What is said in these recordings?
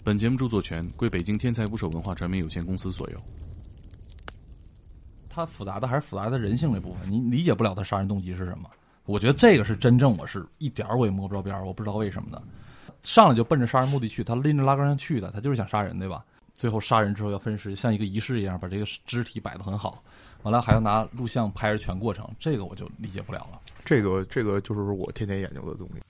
本节目著作权归北京天才捕手文化传媒有限公司所有。 他复杂的还是复杂的人性这部分，你理解不了他杀人动机是什么。我觉得这个是真正我是一点我也摸不着边儿，我不知道为什么的。上来就奔着杀人目的去，他拎着拉杆上去的，他就是想杀人，对吧？最后杀人之后要分尸，像一个仪式一样把这个肢体摆得很好，完了还要拿录像拍着全过程，这个我就理解不了了。 这个就是我天天研究的东西。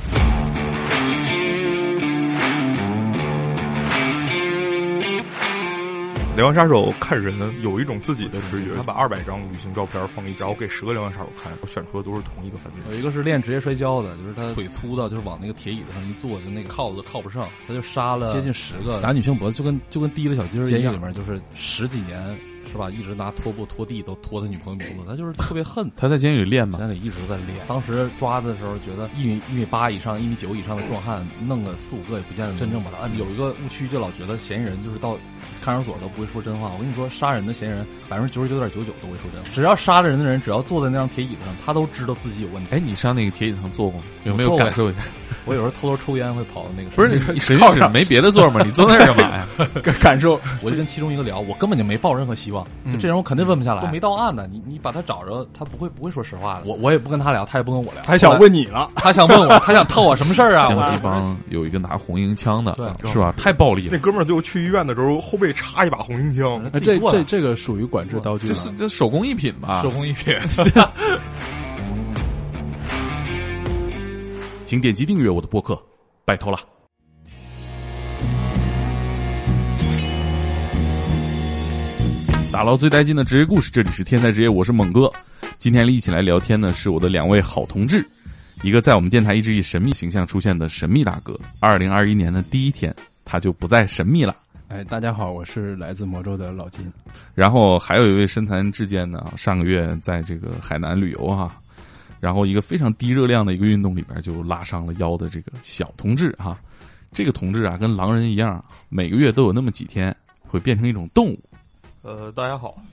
连环杀手看人有一种自己的直觉，他把200张旅行照片放一起，然后给10个连环杀手看，我选出的都是同一个犯罪。 有一个是练职业摔跤的，就是他腿粗到就是往那个铁椅子上一坐，就那个靠子都靠不上，他就杀了接近10个，打女性脖子就跟提了小鸡儿一样。监狱里面就是10几年。是吧？一直拿拖布拖地，都拖他女朋友脖子，他就是特别恨。 他在监狱里练嘛， 监狱里一直在练。当时抓的时候，觉得1.8米以上、1.9米以上的壮汉，弄个4、5个也不见得真正把他按。有一个误区，就老觉得嫌疑人就是到看守所都不会说真话。我跟你说，杀人的嫌疑人99.99%都会说真话。只要杀了人的人，只要坐在那张铁椅子上，他都知道自己有问题。 哎，你上那个铁椅子上坐过吗？有没有感受一下？ 我有时候偷偷抽烟会跑到那个。 不是你实际是没别的座吗？你坐那儿干嘛呀？ 感受。我就跟其中一个聊，我根本就没抱任何希望，就这人我肯定问不下来，都没到案呢。你把他找着，他不会说实话的。我也不跟他聊，他也不跟我聊。 他想问你了， 他想问我，他想套我什么事儿啊？ 江西帮有一个拿红缨枪的，对，是吧？太暴力了。 那哥们儿最后去医院的时候，后背插一把红缨枪。 这个属于管制刀具， 这手工艺品吧？ 手工艺品。 请点击订阅我的播客，拜托了。打捞最带劲的职业故事，这里是天才职业，我是猛哥。今天一起来聊天呢，是我的2位好同志，一个在我们电台一直以神秘形象出现的神秘大哥。2021年的第1天，他就不再神秘了。 哎，大家好，我是来自魔州的老金。 然后还有一位身残志坚呢，上个月在这个海南旅游哈，然后一个非常低热量的一个运动里边就拉伤了腰的这个小同志哈。这个同志啊，跟狼人一样，每个月都有那么几天会变成一种动物。 大家好，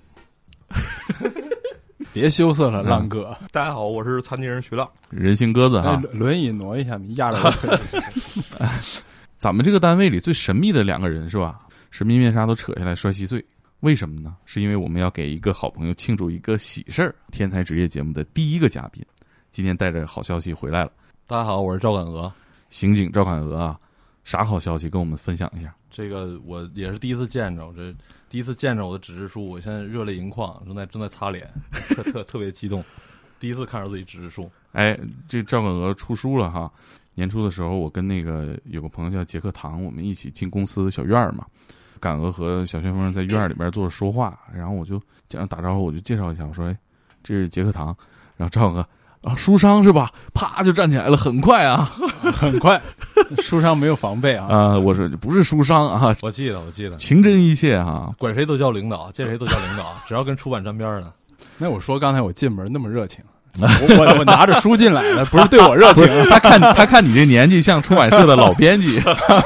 别羞涩了，浪哥。 大家好，我是残疾人徐浪， 人形鸽子哈。 轮椅挪一下，你压着我腿。 咱们这个单位里最神秘的2个人是吧？神秘面纱都扯下来摔稀碎，为什么呢？是因为我们要给一个好朋友庆祝一个喜事儿。天才职业节目的第1个嘉宾，今天带着好消息回来了。 大家好，我是赵敢鹅， 刑警赵敢鹅啊，啥好消息跟我们分享一下？ 这个我也是第一次见着，第一次见着我的纸质书，我现在热泪盈眶，正在擦脸，特别激动，第一次看着自己纸质书。 哎，这赵敢鹅出书了哈。年初的时候，我跟那个有个朋友叫杰克唐，我们一起进公司的小院嘛。敢鹅和小旋风在院里边坐着说话，然后我就讲打招呼，我就介绍一下，我说：“哎，这是杰克唐。”然后赵哥啊，书商是吧？啪就站起来了，很快啊， 很快。书商没有防备啊！我说不是书商啊， 我记得， 情真意切哈， 管谁都叫领导，见谁都叫领导，只要跟出版沾边的。 那我说刚才我进门那么热情。我拿着书进来的，不是对我热情。 他看你这年纪像出版社的老编辑。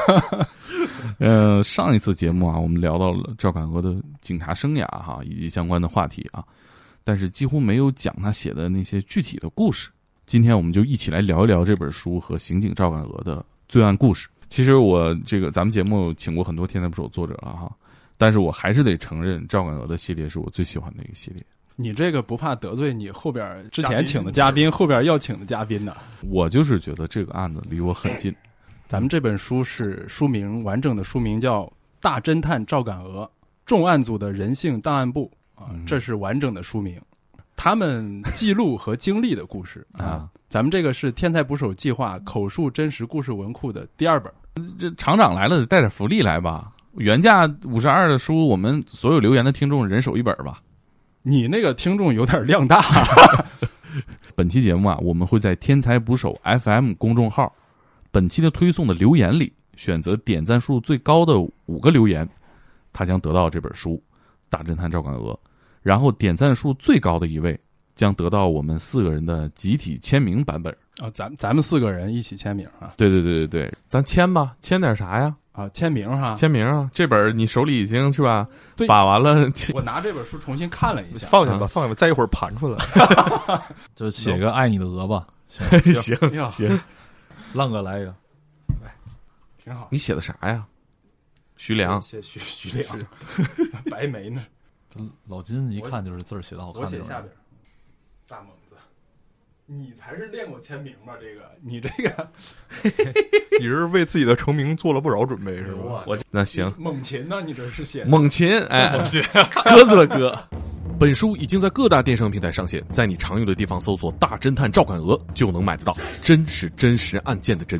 上一次节目啊，我们聊到了赵敢鹅的警察生涯哈，以及相关的话题啊，但是几乎没有讲他写的那些具体的故事。今天我们就一起来聊一聊这本书和刑警赵敢鹅的罪案故事。其实我咱们节目请过很多天才捕手作者了哈，但是我还是得承认赵敢鹅的系列是我最喜欢的一个系列。 你这个不怕得罪你后边之前请的嘉宾，后边要请的嘉宾呢？ 我就是觉得这个案子离我很近。 咱们这本书是书名，完整的书名叫《大侦探赵敢鹅：重案组的人性档案部》啊，这是完整的书名。他们记录和经历的故事啊，咱们这个是天才捕手计划口述真实故事文库的第2本。 这厂长来了，得带点福利来吧？原价52的书，我们所有留言的听众人手1本吧。 你那个听众有点量大。 本期节目啊，我们会在天才捕手 FM 公众号本期的推送的留言里选择点赞数最高的5个留言，他将得到这本书《大侦探赵敢鹅》，然后点赞数最高的一位将得到我们4个人的集体签名版本。 哦，咱们4个人一起签名啊？ 对，咱签吧，签点啥呀？ 啊，签名哈， 签名啊！这本你手里已经是吧？把完了， 我拿这本书重新看了一下， 放下吧，再一会儿盘出来， 就写个爱你的鹅吧。 行， 浪哥来一个， 挺好。 你写的啥呀？ 徐良， 写徐良，白眉呢？ 老金一看就是字儿写的好看的人。 我写下边，大猛子，你才是练过签名吧？这个，你这个， 你是为自己的成名做了不少准备是吧？ 那行， 猛禽呢？你这是写猛禽，哎，鸽子的鸽。本书已经在各大电商平台上线，在你常用的地方搜索“大侦探赵敢鹅”就能买得到。真是真实案件的真。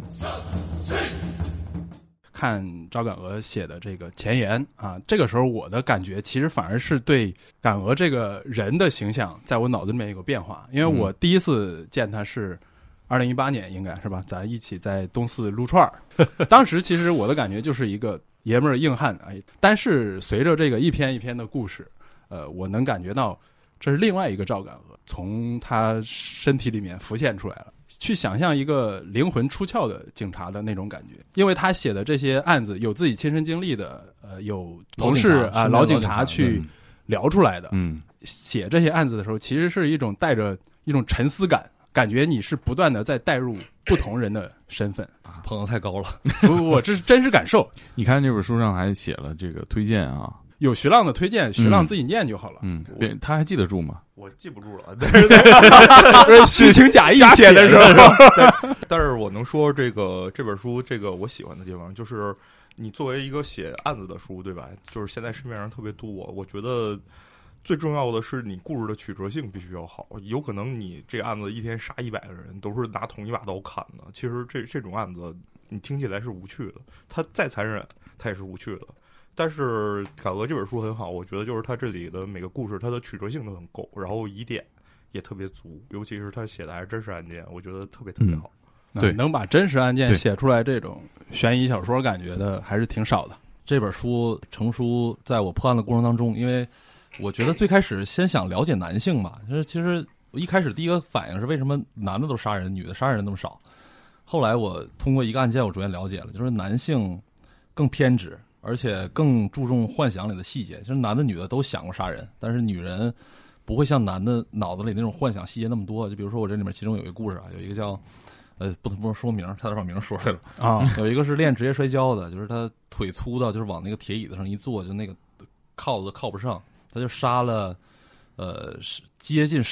看赵敢鹅写的这个前言啊，这个时候我的感觉其实反而是对敢鹅这个人的形象在我脑子里面有个变化，因为我第一次见他是2018年，应该是吧？咱一起在东四撸串儿，当时其实我的感觉就是一个爷们儿硬汉，哎，但是随着这个一篇一篇的故事，我能感觉到这是另外一个赵敢鹅从他身体里面浮现出来了。去想象一个灵魂出窍的警察的那种感觉，因为他写的这些案子有自己亲身经历的，有同事啊老警察去聊出来的。写这些案子的时候，其实是一种带着一种沉思感，感觉你是不断的在带入不同人的身份。 捧得太高了， 不，这是真实感受。 你看这本书上还写了这个推荐啊， 有徐浪的推荐，徐浪自己念就好了。 他还记得住吗？ 我记不住了，但是虚情假意写的时候， 但是我能说这本书我喜欢的地方就是你作为一个写案子的书，对吧？就是现在市面上特别多，我觉得最重要的是你故事的曲折性必须要好。有可能你这个案子一天杀100个人，都是拿同一把刀砍的。其实这种案子你听起来是无趣的，它再残忍，它也是无趣的。但是敢鹅这本书很好，我觉得就是它这里的每个故事，它的曲折性都很够，然后疑点也特别足，尤其是他写的还是真实案件，我觉得特别好。 对， 能把真实案件写出来，这种悬疑小说感觉的还是挺少的。 这本书成书在我破案的过程当中，因为我觉得最开始先想了解男性嘛，其实我一开始第一个反应是为什么男的都杀人，女的杀人那么少。后来我通过一个案件，我逐渐了解了，就是男性更偏执，而且更注重幻想里的细节。就是男的女的都想过杀人，但是女人不会像男的脑子里那种幻想细节那么多。就比如说我这里面其中有一个故事啊，有一个叫不能说名，差点把名说出来了啊。 有一个是练职业摔跤的，就是他腿粗到就是往那个铁椅子上一坐，就那个靠子靠不上，他就杀了接近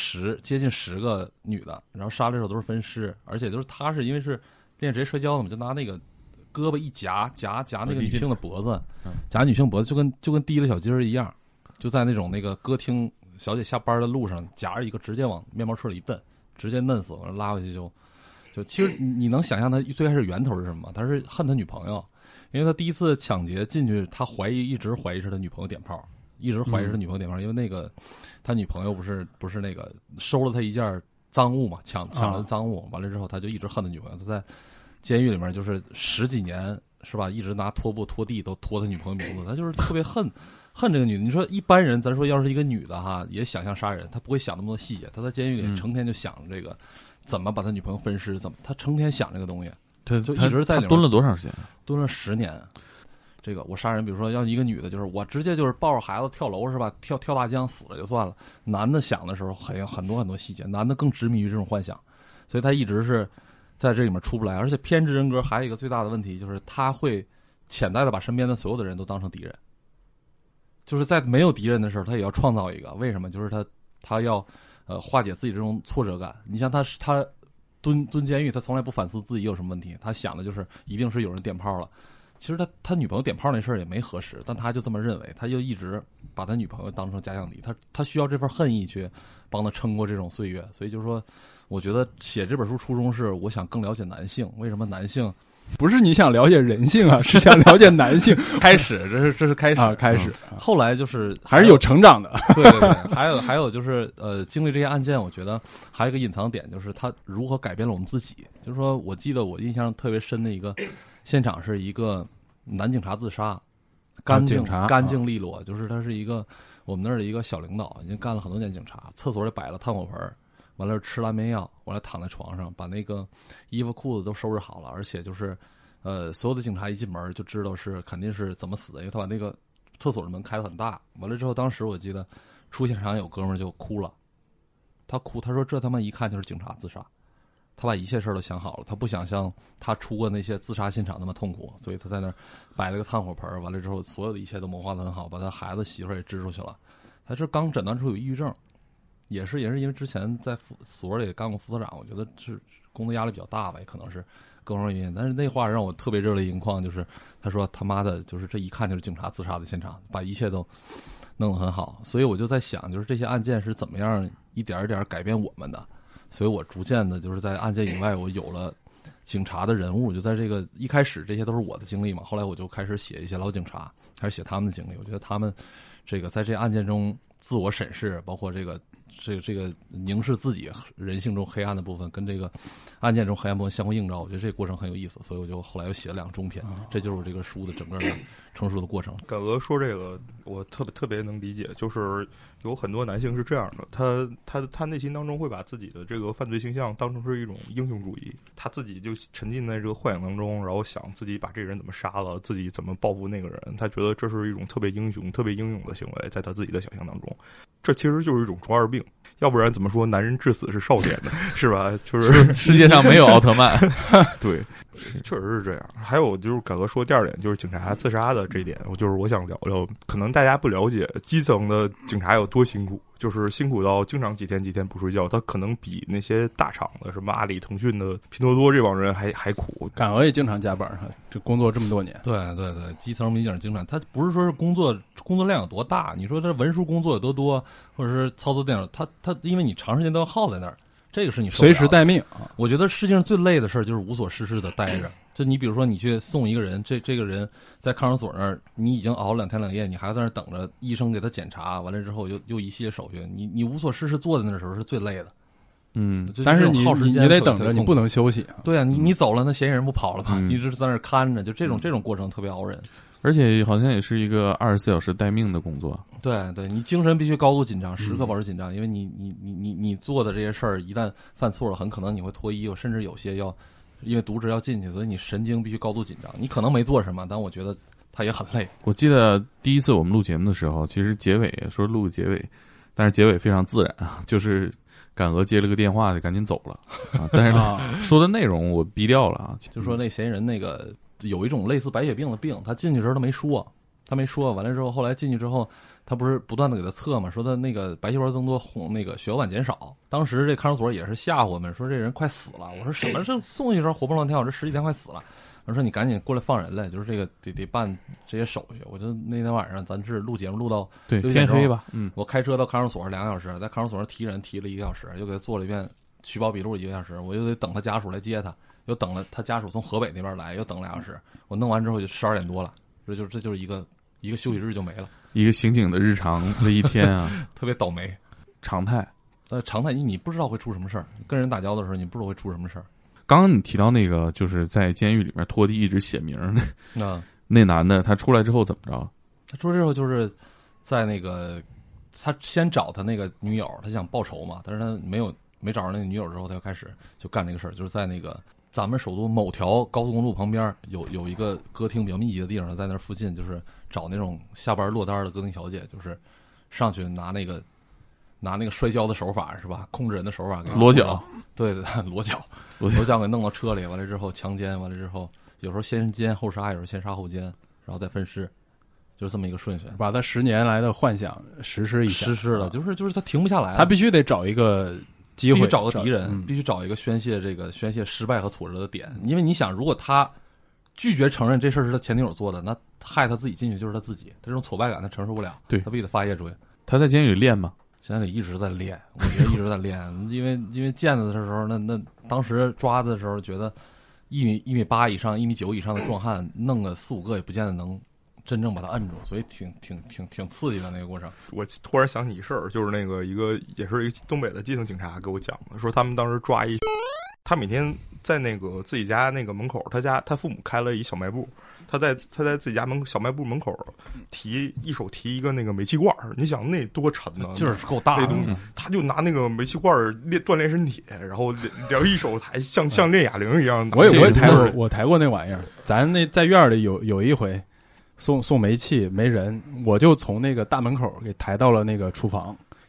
10个女的，然后杀的时候都是分尸，而且就是他是因为是练职业摔跤的嘛，就拿那个胳膊一夹那个女性的脖子，夹女性脖子就跟提了小鸡儿一样，就在那个歌厅小姐下班的路上夹着一个直接往面包车里一蹬，直接弄死，完了拉回去就其实你能想象他最开始源头是什么？他是恨他女朋友，因为他第一次抢劫进去，他一直怀疑是他女朋友点炮，一直怀疑是他女朋友点炮，因为那个他女朋友不是那个收了他一件赃物嘛，抢了赃物，完了之后他就一直恨他女朋友，他在监狱里面就是10几年是吧，一直拿拖布拖地都拖他女朋友名字，他就是特别恨这个女的。你说一般人咱说要是一个女的哈，也想象杀人，他不会想那么多细节，他在监狱里成天就想这个怎么把他女朋友分尸，他成天想这个东西，他就一直在里面蹲了多长时间？ 蹲了10年。这个我杀人，比如说要一个女的，就是我直接就是抱着孩子跳楼是吧？跳大江死了就算了。男的想的时候很多细节，男的更执迷于这种幻想，所以他一直是在这里面出不来。而且偏执人格还有一个最大的问题，就是他会潜在的把身边的所有的人都当成敌人，就是在没有敌人的时候，他也要创造一个。为什么？就是他要化解自己这种挫折感。你像他蹲监狱，他从来不反思自己有什么问题，他想的就是一定是有人点炮了。其实他女朋友点炮那事儿也没核实，但他就这么认为，他就一直把他女朋友当成假想敌，他需要这份恨意去帮他撑过这种岁月。所以就是说，我觉得写这本书初衷是我想更了解男性。为什么男性不是你想了解人性啊，是想了解男性。 开始这是开始啊，开始。 后来就是还是有成长的。 对，还有就是经历这些案件，我觉得还有一个隐藏点，就是他如何改变了我们自己。就是说我记得我印象特别深的一个现场是一个男警察自杀，干净利落，就是他是一个我们那儿的一个小领导，已经干了很多年警察，厕所里摆了炭火盆，完了吃了安眠药，完了躺在床上，把那个衣服裤子都收拾好了，而且就是所有的警察一进门就知道是肯定是怎么死的，因为他把那个厕所的门开得很大。完了之后，当时我记得出现场有哥们儿就哭了，他说这他妈一看就是警察自杀。 他把一切事儿都想好了，他不想像他出过那些自杀现场那么痛苦，所以他在那儿摆了个炭火盆，完了之后所有的一切都谋划得很好，把他孩子媳妇儿也支出去了。他是刚诊断出有抑郁症，也是因为之前在所里干过副所长，我觉得是工作压力比较大吧，也可能是各种原因。但是那话让我特别热泪盈眶，就是他说他妈的，就是这一看就是警察自杀的现场，把一切都弄得很好。所以我就在想，就是这些案件是怎么样一点一点改变我们的。所以我逐渐的就是在案件以外，我有了警察的人物，就在这个一开始这些都是我的经历嘛，后来我就开始写一些老警察，开始写他们的经历。我觉得他们这个在这案件中自我审视，包括这个凝视自己人性中黑暗的部分，跟这个案件中黑暗部分相互映照，我觉得这个过程很有意思，所以我就后来又写了2个中篇，这就是我这个书的整个的成熟的过程。 敢哥说这个，我特别能理解，就是有很多男性是这样的，他内心当中会把自己的这个犯罪倾向当成是一种英雄主义，他自己就沉浸在这个幻想当中，然后想自己把这个人怎么杀了，自己怎么报复那个人，他觉得这是一种特别英雄、特别英勇的行为，在他自己的想象当中，这其实就是一种中二病。要不然怎么说男人至死是少年的，是吧？就是世界上没有奥特曼。 对，确实是这样。还有就是敢哥说第2点，就是警察自杀的这一点，我想聊聊，可能大家不了解基层的警察有多辛苦，就是辛苦到经常几天不睡觉，他可能比那些大厂的什么阿里、腾讯的拼多多这帮人还苦。 敢鹅也经常加班，这工作这么多年。 对，基层民警经常，他不是说是工作量有多大，你说这文书工作有多多，或者是操作电脑，他因为你长时间都要耗在那儿，这个是你受不了的随时待命。 我觉得世界上最累的事儿就是无所事事的待着。就你比如说，你去送一个人，这个人在看守所那儿，你已经熬了2天2夜，你还在那儿等着医生给他检查，完了之后又一系列手续，你无所事事坐在那时候是最累的。 但是你得等着，你不能休息。 对啊，你走了，那嫌疑人不跑了吗？你就是在那儿看着，就这种过程特别熬人。 而且好像也是一个24小时待命的工作。 对，你精神必须高度紧张，时刻保持紧张，因为你做的这些事儿，一旦犯错了，很可能你会脱衣服，甚至有些因为渎职要进去，所以你神经必须高度紧张。你可能没做什么，但我觉得他也很累。 我记得第一次我们录节目的时候，其实结尾说录个结尾，但是结尾非常自然啊，就是敢鹅接了个电话就赶紧走了啊，但是说的内容我逼掉了啊， 就说那嫌疑人那个有一种类似白血病的病，他进去时候他没说，完了之后，后来进去之后，他不是不断的给他测嘛，说他那个白细胞增多，那个血小板减少。当时这看守所也是吓唬我们，说这人快死了。我说什么？这送去时候活蹦乱跳，这10几天快死了。我说你赶紧过来放人来，就是这个得办这些手续。我就那天晚上咱是录节目录到对天黑吧， 我开车到看守所2个小时，在看守所提人提了1个小时，又给他做了一遍取保笔录1个小时，我又得等他家属来接他，又等了他家属从河北那边来，又等2小时。我弄完之后就12点多了，这就是一个休息日就没了，一个刑警的日常的一天啊， 特别倒霉， 常态。 常态你不知道会出什么事儿，跟人打交道的时候你不知道会出什么事儿。 刚刚你提到那个就是在监狱里面拖地一直写名那男的，他出来之后怎么着？ 他出来之后就是在那个他先找他那个女友，他想报仇嘛，但是他没找着那个女友之后，他就开始就干这个事儿，就是在那个咱们首都某条高速公路旁边有一个歌厅比较密集的地方，在那附近就是找那种下班落单的歌厅小姐，就是上去拿那个摔跤的手法是吧，控制人的手法给裸脚， 对裸脚给弄到车里，完了之后强奸，完了之后有时候先奸后杀，有时候先杀后奸，然后再分尸，就是这么一个顺序， 把他10年来的幻想实施一下， 实施了，就是他停不下来， 他必须得找一个机会， 必须找个敌人，必须找一个宣泄失败和挫折的点。因为你想，如果他拒绝承认这事儿是他前女友做的，那害他自己进去就是他自己，他这种挫败感他承受不了， 对， 他必须得发泄出去。 他在监狱里练吗？ 现在一直在练，我觉得一直在练，因为见他的时候，那当时抓的时候觉得1.8米以上、1.9米以上的壮汉，弄个4、5个也不见得能真正把他摁住，所以挺刺激的那个过程。 我突然想起一事儿，就是那个也是一个东北的基层警察给我讲的，说他们当时抓他每天在那个自己家那个门口，他父母开了一小卖部，他在自己家小卖部门口一手提一个那个煤气罐，你想那多沉呢， 就是够大的， 他就拿那个煤气罐锻炼身体，然后一手还像练哑铃一样。 我抬过那玩意儿，咱那在院里有一回送煤气没人，我就从那个大门口给抬到了那个厨房，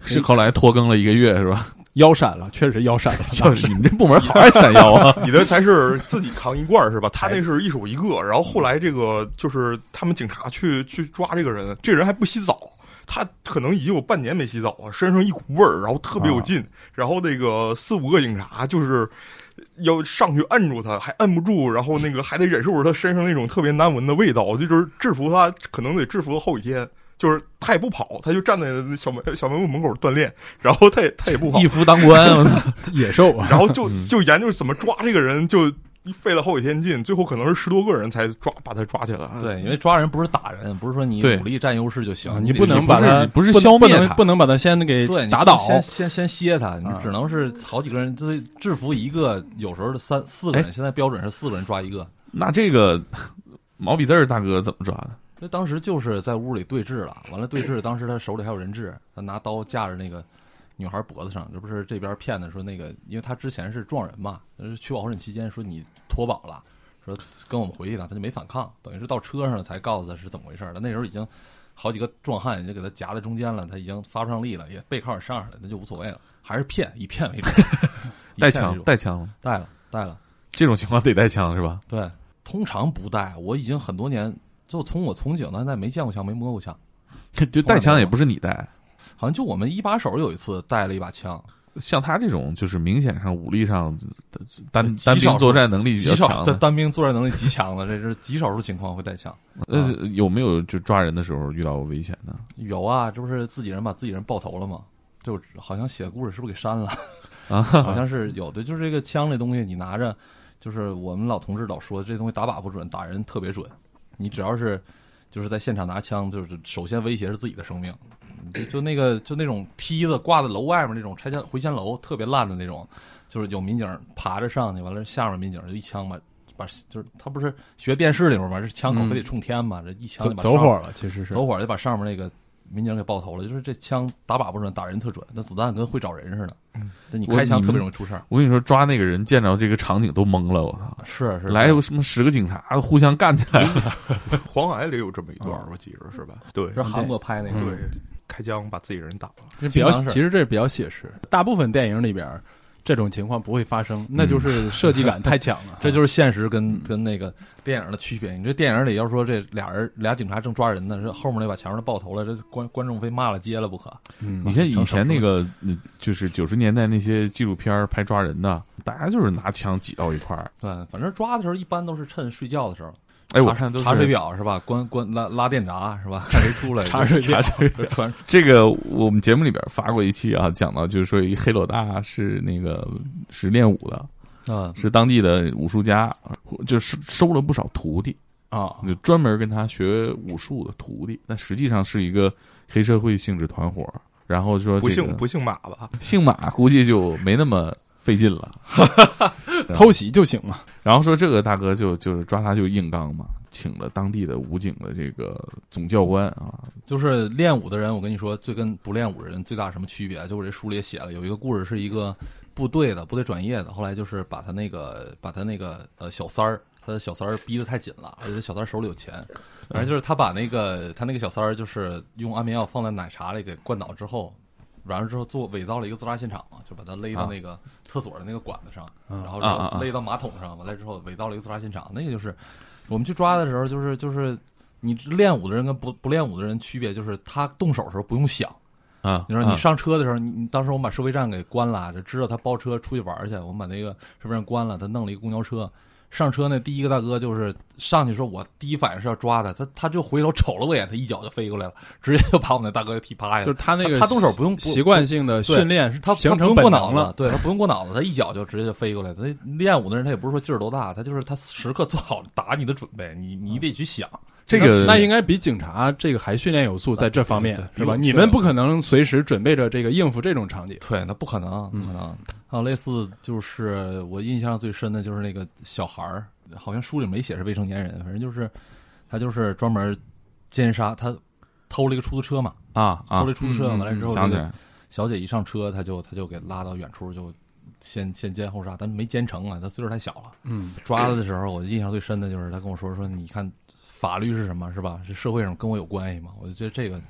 是后来拖更了1个月是吧？ 腰闪了，确实腰闪了。 就是你们这部门好爱闪腰啊！ 你的才是自己扛一罐是吧？他那是一手一个，然后后来这个就是他们警察去抓这个人，这人还不洗澡。他可能已经有半年没洗澡了，身上一股味儿，然后特别有劲。然后那个4、5个警察就是要上去摁住他，还摁不住，然后那个还得忍受着他身上那种特别难闻的味道，就是制服他，可能得制服到后几天。就是他也不跑，他就站在小卖部门口锻炼，然后他也不跑， 一夫当关， 野兽啊！ 然后就研究怎么抓这个人，就费了好几天劲，最后可能是10多个人才把他抓起来。 对，因为抓人不是打人，不是说你武力占优势就行， 你不能把他不是消灭他， 不能把他先给对打倒， 先歇他，你只能是好几个人，就是制服一个，有时候3、4个人，现在标准是4个人抓一个。 那这个毛笔字大哥怎么抓的？ 那当时就是在屋里对峙了，完了对峙，当时他手里还有人质，他拿刀架着那个女孩脖子上，这不是这边骗的说那个，因为他之前是撞人嘛，取保候审期间说你脱保了，说跟我们回去了，他就没反抗，等于是到车上了才告诉他是怎么回事了。那时候已经好几个壮汉已经给他夹在中间了，他已经发不上力了，也背靠也上来了，那就无所谓了，还是骗，以骗为主。 带枪带了， 这种情况得带枪是吧？ 对，通常不带，我已经很多年。就从我从警到现在没见过枪，没摸过枪， 就带枪也不是你带， 好像就我们一把手有一次带了一把枪。 像他这种就是明显上武力上单兵作战能力比较强的， 单兵作战能力极强的，这是极少数情况会带枪。 有没有就抓人的时候遇到过危险的？ 有啊，这不是自己人把自己人爆头了吗？就好像写的故事是不是给删了啊？ 好像是有的，就是这个枪这东西你拿着，就是我们老同志老说这东西打靶不准，打人特别准。你只要是就是在现场拿枪，就是首先威胁是自己的生命。就那种梯子挂在楼外面那种回迁楼特别烂的那种，就是有民警爬着上去，完了下面民警就一枪把就是他不是学电视那会儿嘛，这枪口非得冲天嘛，这一枪就把走火了，其实是走火就把上面那个民警给爆头了。就是这枪打靶不准，打人特准，那子弹跟会找人似的。这你开枪特别容易出事儿。 我跟你说，抓那个人见着这个场景都懵了，我操！ 是来有什么10个警察互相干起来了。 黄海里有这么一段，我记着是吧？对， 是韩国拍那个。 对，开枪把自己人打了。 其实这比较写实，大部分电影里边这种情况不会发生，那就是设计感太强了。 这就是现实跟那个电影的区别。你这电影里要说这俩警察正抓人呢，这后面那把墙上爆头了，这观众非骂了街了不可。 你看以前那个就是90年代那些纪录片拍抓人的，大家就是拿枪挤到一块儿。 对，反正抓的时候一般都是趁睡觉的时候。 哎，我看都是查水表是吧？拉电闸是吧？看谁出来查水表。这个我们节目里边发过一期啊，讲到就是说一黑老大是练武的，是当地的武术家，就是收了不少徒弟啊，就专门跟他学武术的徒弟，但实际上是一个黑社会性质团伙。然后说不姓马吧？ 姓马估计就没那么费劲了。 偷袭就行嘛。 然后说这个大哥就是抓他就硬刚嘛，请了当地的武警的这个总教官啊。 就是练武的人，我跟你说，最跟不练武的人最大什么区别？就我这书里也写了，有一个故事是一个部队转业的，后来就是把他那个小三儿，他的小三儿逼得太紧了，而且小三儿手里有钱，反正就是他把他那个小三儿就是用安眠药放在奶茶里给灌倒之后。完了之后伪造了一个自杀现场嘛，就把他勒到那个厕所的那个管子上，然后勒到马桶上，完了之后伪造了一个自杀现场。那个就是我们去抓的时候，就是你练武的人跟不练武的人区别，就是他动手的时候不用想啊。你说你上车的时候，你当时我们把收费站给关了，就知道他包车出去玩去，我们把那个收费站关了，他弄了一个公交车。上车那第一个大哥就是上去说，我第一反应是要抓他就回头瞅了我一眼，他一脚就飞过来了，直接就把我们那大哥踢趴下了。 就是他那个他动手不用习惯性的训练， 他形成不用过脑本能了。 对他不用过脑子，他一脚就直接就飞过来了。他练武的人他也不是说劲儿多大，他就是他时刻做好打你的准备，你得去想。 这个那应该比警察这个还训练有素，在这方面是吧？你们不可能随时准备着这个应付这种场景。 对，那不可能，不可能。还有类似，就是我印象最深的就是那个小孩儿，好像书里没写是未成年人，反正就是他就是专门奸杀，他偷了一个出租车嘛，偷了一出租车，完了之后，小姐一上车，他就给拉到远处，就先奸后杀，但没奸成啊，他岁数太小了。抓他的时候，我印象最深的就是他跟我说，你看法律是什么，是吧？是社会上跟我有关系吗？我就觉得这个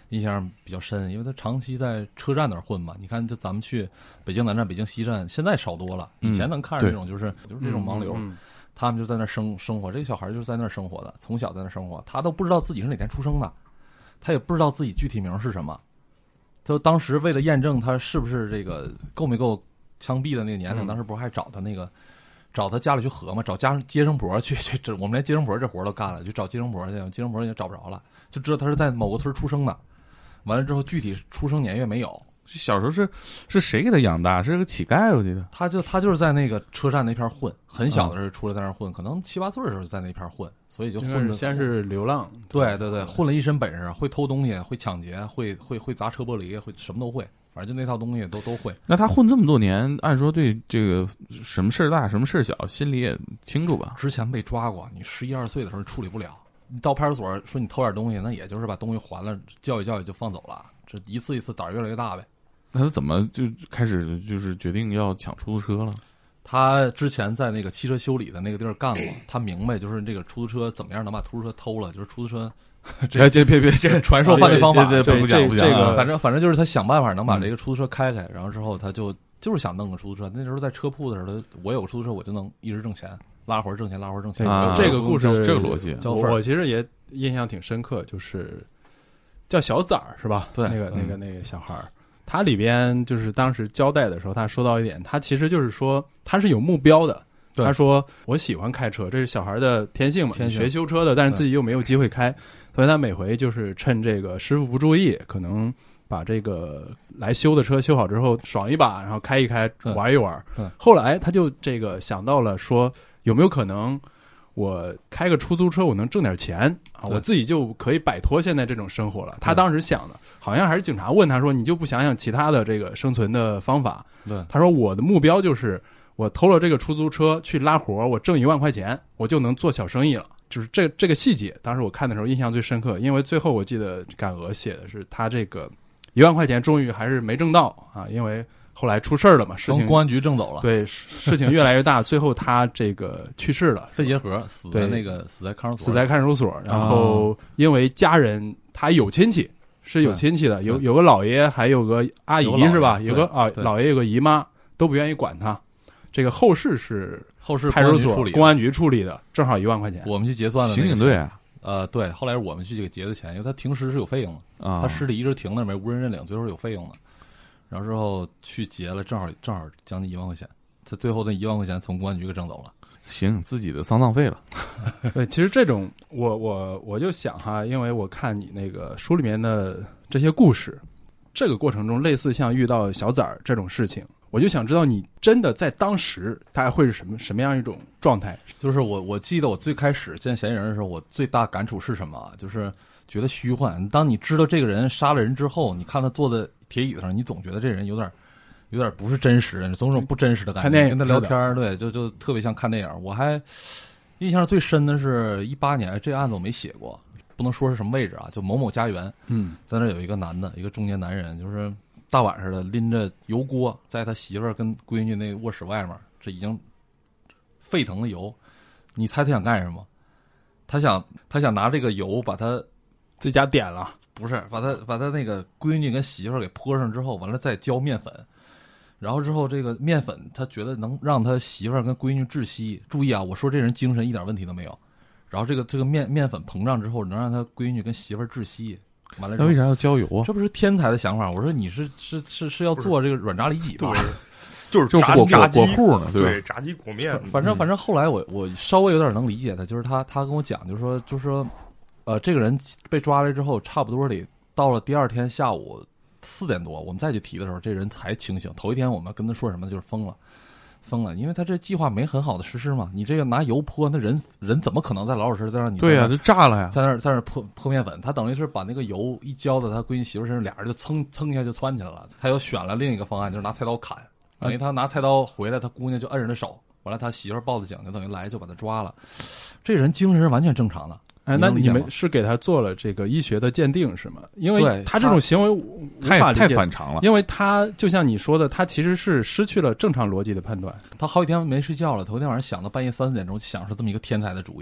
印象比较深，因为他长期在车站那儿混嘛。你看，就咱们去北京南站、北京西站，现在少多了。以前能看着那种就是这种盲流，他们就在那儿生活。这个小孩就是在那儿生活的，从小在那儿生活，他都不知道自己是哪天出生的，他也不知道自己具体名是什么。就当时为了验证他是不是这个够没够枪毙的那个年龄，当时不是还找他家里去核嘛，找接生婆去，我们连接生婆这活都干了，就找接生婆去，接生婆也找不着了，就知道他是在某个村出生的。完了之后，具体出生年月没有。 小时候是谁给他养大？是个乞丐，我记得。 他就是在那个车站那片混，很小的时候出来在那混，可能7、8岁的时候在那片混，所以就混的。 先是流浪， 对，混了一身本事，会偷东西，会抢劫，会砸车玻璃，会什么都会，反正就那套东西都会。 那他混这么多年，按说对这个什么事儿大什么事儿小，心里也清楚吧？ 之前被抓过，你11、12岁的时候处理不了。你到派出所说你偷点东西，那也就是把东西还了，教育教育就放走了。这一次一次胆儿越来越大呗。 那他怎么就开始就是决定要抢出租车了？ 他之前在那个汽车修理的那个地儿干过，他明白就是这个出租车怎么样能把出租车偷了，就是出租车别这传授犯罪方法， 这不讲这个反正就是他想办法能把这个出租车开开，然后之后他就是想弄个出租车。那时候在车铺的时候，我有个出租车，我就能一直挣钱。拉活挣钱，拉活挣钱。 这个故事， 这个逻辑， 我其实也印象挺深刻，就是叫小崽儿是吧？ 对， 那个小孩儿，他里边就是当时交代的时候，他说到一点，他其实就是说他是有目标的。他说我喜欢开车，这是小孩的天性嘛，学修车的，但是自己又没有机会开，所以他每回就是趁这个师傅不注意，可能把这个来修的车修好之后爽一把，然后开一开玩一玩。后来他就这个想到了说，有没有可能我开个出租车我能挣点钱啊，我自己就可以摆脱现在这种生活了。他当时想的好像还是警察问他说，你就不想想其他的这个生存的方法？ 对， 他说我的目标就是我偷了这个出租车去拉活，我挣1万块钱，我就能做小生意了。就是这个细节，当时我看的时候印象最深刻，因为最后我记得感鹅写的是他这个1万块钱终于还是没挣到啊，因为后来出事儿了嘛，事情公安局挣走了， 对，事情越来越大，最后他这个去世了， 肺结核死在看守所， 然后因为家人他有亲戚是有亲戚的，有个姥爷还有个阿姨是吧？有个姥爷有个姨妈都不愿意管他。这个后事派出所公安局处理的，正好1万块钱， 我们去结算的刑警队啊。 对，后来我们去这个结的钱，因为他停尸是有费用的啊，他尸体一直停那没无人认领，最后是有费用的。然后之后去结了，正好将近1万块钱，他最后那1万块钱从公安局给挣走了。 行，自己的丧葬费了。 对，其实这种我就想哈，因为我看你那个书里面的这些故事，这个过程中类似像遇到小崽儿这种事情，我就想知道你真的在当时大概会是什么样一种状态？ 就是我记得我最开始见嫌疑人的时候，我最大感触是什么？就是觉得虚幻。当你知道这个人杀了人之后，你看他坐在铁椅子上，你总觉得这人有点不是真实的，总有种不真实的感觉。 看电影跟他聊天，对，就特别像看电影。我还印象最深的是18年，这案子我没写过，不能说是什么位置啊，就某某家园。在那有一个男的，一个中年男人，就是大晚上的拎着油锅，在他媳妇儿跟闺女那卧室外面，这已经沸腾的油，你猜他想干什么？他想拿这个油把他自家点了， 不是把他那个闺女跟媳妇儿给泼上之后，完了再浇面粉，然后之后这个面粉他觉得能让他媳妇儿跟闺女窒息。注意啊，我说这人精神一点问题都没有。然后这个面粉膨胀之后，能让他闺女跟媳妇儿窒息。完了， 那为啥要浇油啊？ 这不是天才的想法。我说你是要做这个软炸里脊吧？ 就是炸鸡果糊呢， 对，炸鸡裹面。 反正后来我稍微有点能理解他，就是他跟我讲，就是说，这个人被抓来之后，差不多得到了第二天下午4点多，我们再去提的时候，这人才清醒。头一天我们跟他说什么，就是疯了，因为他这计划没很好的实施嘛。你这个拿油泼，那人怎么可能在老老实实再让你？ 对呀，就炸了呀， 在那儿泼面粉，他等于是把那个油一浇到他闺女媳妇身上，俩人就蹭一下就窜起来了。他又选了另一个方案，就是拿菜刀砍，等于他拿菜刀回来，他姑娘就摁着他手，完了他媳妇报的警，就等于来就把他抓了。这人精神是完全正常的。 那你们是给他做了这个医学的鉴定是吗？因为他这种行为无法理解， 太反常了。 因为他就像你说的，他其实是失去了正常逻辑的判断。 他好几天没睡觉了，头一天晚上想到半夜3、4点钟，想出这么一个天才的主意。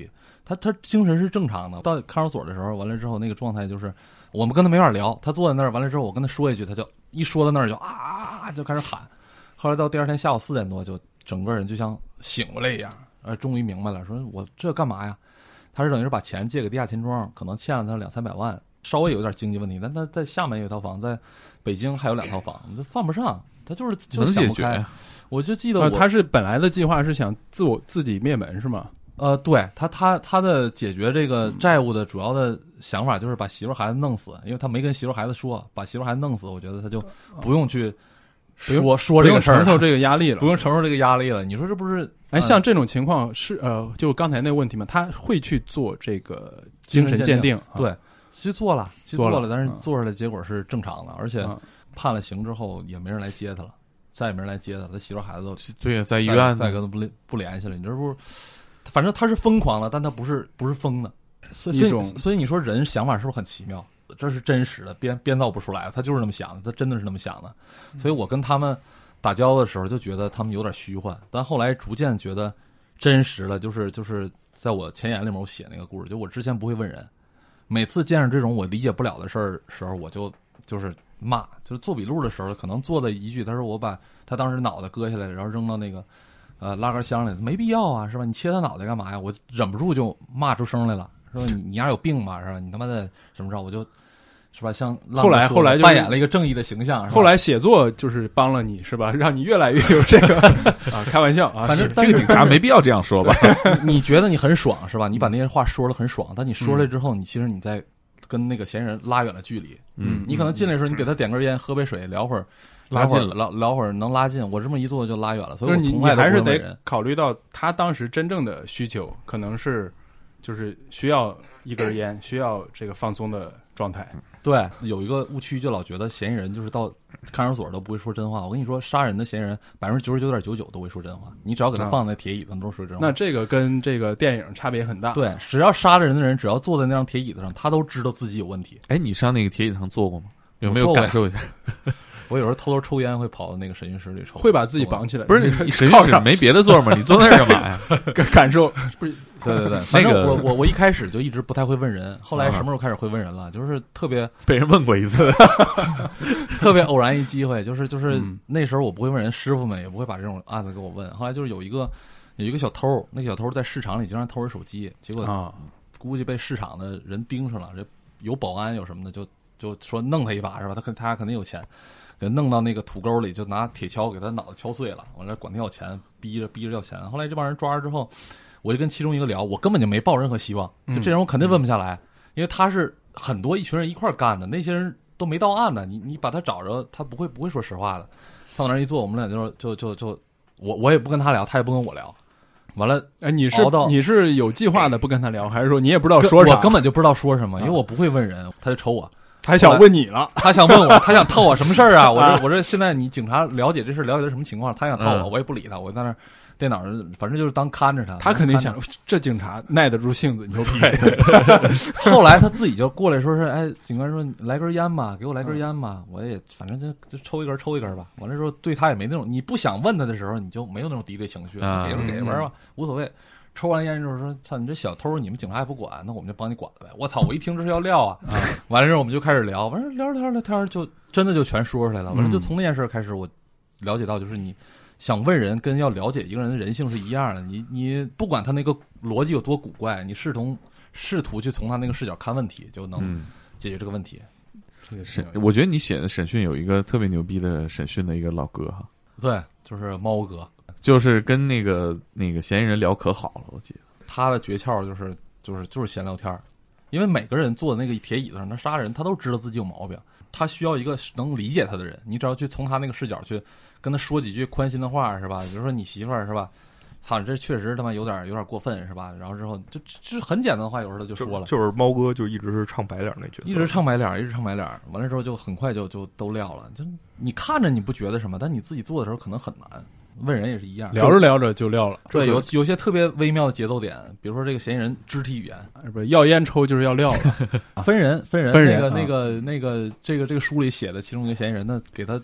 他精神是正常的。到看守所的时候，完了之后那个状态就是我们跟他没法聊，他坐在那儿，完了之后我跟他说一句，他就一说到那儿就就开始喊。后来到第二天下午4点多，就整个人就像醒过来一样，终于明白了，说我这干嘛呀？他是等于是把钱借给地下钱庄，可能欠了他200-300万，稍微有点经济问题，但他在厦门有一套房，在北京还有2套房，就犯不上。他就能解决想不开。我就记得他是本来的计划是想自己灭门是吗？ 对，他的解决这个债务的主要的想法就是把媳妇孩子弄死，因为他没跟媳妇孩子说，把媳妇孩子弄死，我觉得他就不用去说这个事儿， 承受这个压力了， 不用承受这个压力了。你说这不是？ 像这种情况是就刚才那个问题嘛，他会去做这个精神鉴定， 对，去做了，但是做出来结果是正常的，而且判了刑之后也没人来接他了，再也没人来接他，他媳妇孩子都对，在医院再跟他不联系了。你这不是？反正他是疯狂的，但他不是疯的。所以你说人想法是不是很奇妙？这是真实的，编造不出来的，他就是那么想的，他真的是那么想的。所以我跟他们打交道的时候就觉得他们有点虚幻，但后来逐渐觉得真实了。就是在我前言里面我写那个故事，就我之前不会问人，每次见着这种我理解不了的事儿时候，我就是骂，就是做笔录的时候可能做的一句，他说我把他当时脑袋割下来，然后扔到那个拉杆箱里，没必要啊，是吧？你切他脑袋干嘛呀？我忍不住就骂出声来了，说你丫有病吧，是吧？你他妈的什么着？我就。是吧？像后来就扮演了一个正义的形象。 后来写作就是帮了你，是吧？让你越来越有这个开玩笑啊， 反正这个警察没必要这样说吧？ 你觉得你很爽是吧？你把那些话说得很爽，但你说出来之后，你其实你在跟那个嫌疑人拉远了距离。你可能进来的时候，你给他点根烟，喝杯水，聊会儿， 拉近了， 聊会儿能拉近。我这么一做就拉远了，所以我从来都还是得考虑到他当时真正的需求，可能是就是需要一根烟，需要这个放松的状态。 对，有一个误区，就老觉得嫌疑人就是到看守所都不会说真话。我跟你说，杀人的嫌疑人99.99%都会说真话，你只要给他放在铁椅子上都说真话。 那这个跟这个电影差别很大。 对，只要杀了人的人，只要坐在那张铁椅子上，他都知道自己有问题。 哎，你上那个铁椅子上坐过吗？有没有感受一下？ 我有时候偷抽烟，会跑到那个审讯室里抽， 会把自己绑起来。 不是你审讯室没别的座吗？你坐那儿干嘛呀？ 感受不是。 对，反正我一开始就一直不太会问人，后来什么时候开始会问人了？就是特别被人问过一次， 特别偶然一机会，就是那时候我不会问人，师傅们也不会把这种案子给我问。后来就是有一个小偷，那个小偷在市场里经常偷人手机，结果估计被市场的人盯上了，这有保安有什么的，就说弄他一把是吧？他肯定有钱。给弄到那个土沟里，就拿铁锹给他脑袋敲碎了，完了管他要钱，逼着要钱。后来这帮人抓着之后，我就跟其中一个聊，我根本就没抱任何希望，就这人我肯定问不下来，因为他是一群人一块干的，那些人都没到案呢，你把他找着，他不会说实话的。他往那一坐，我们俩就我也不跟他聊，他也不跟我聊。完了， 你是有计划的不跟他聊，还是说你也不知道说啥？ 我根本就不知道说什么，因为我不会问人，他就瞅我。 他想问你了， 他想问我，他想套我什么事儿啊？我这现在你警察了解这事，了解的什么情况？他想套我，我也不理他，我在那电脑上，反正就是当看着他。 他肯定想，这警察耐得住性子，牛逼。 后来他自己就过来说是，哎，警官说来根烟吧，给我来根烟吧，我也反正就抽一根吧。完了之后对他也没那种，你不想问他的时候，你就没有那种敌对情绪，给玩吧，无所谓。抽完烟之后说：“操，你这小偷，你们警察也不管，那我们就帮你管了呗。”我操！我一听这是要撂啊！完了之后我们就开始聊，完了聊天，就真的就全说出来了。完了就从那件事开始，我了解到，就是你想问人跟要了解一个人的人性是一样的。你不管他那个逻辑有多古怪，你试图去从他那个视角看问题，就能解决这个问题。 是，我觉得你写的审讯有一个特别牛逼的审讯的一个老哥哈。 对，就是猫哥。 就是跟那个嫌疑人聊可好了，我记得他的诀窍就是闲聊天，因为每个人坐在那个铁椅子上，他杀人他都知道自己有毛病，他需要一个能理解他的人，你只要去从他那个视角去跟他说几句宽心的话，是吧？比如说你媳妇儿是吧？操，这确实他妈有点过分，是吧？然后之后就很简单的话，有时候他就说了， 就是猫哥就一直是唱白脸那角色， 一直唱白脸，完了之后就很快就都撂了。就你看着你不觉得什么，但你自己做的时候可能很难。问人也是一样， 聊着聊着就撂了。 对，有些特别微妙的节奏点，比如说这个嫌疑人肢体语言， 不是要烟抽就是要撂了。 分人。那个这个书里写的其中一个嫌疑人呢，给他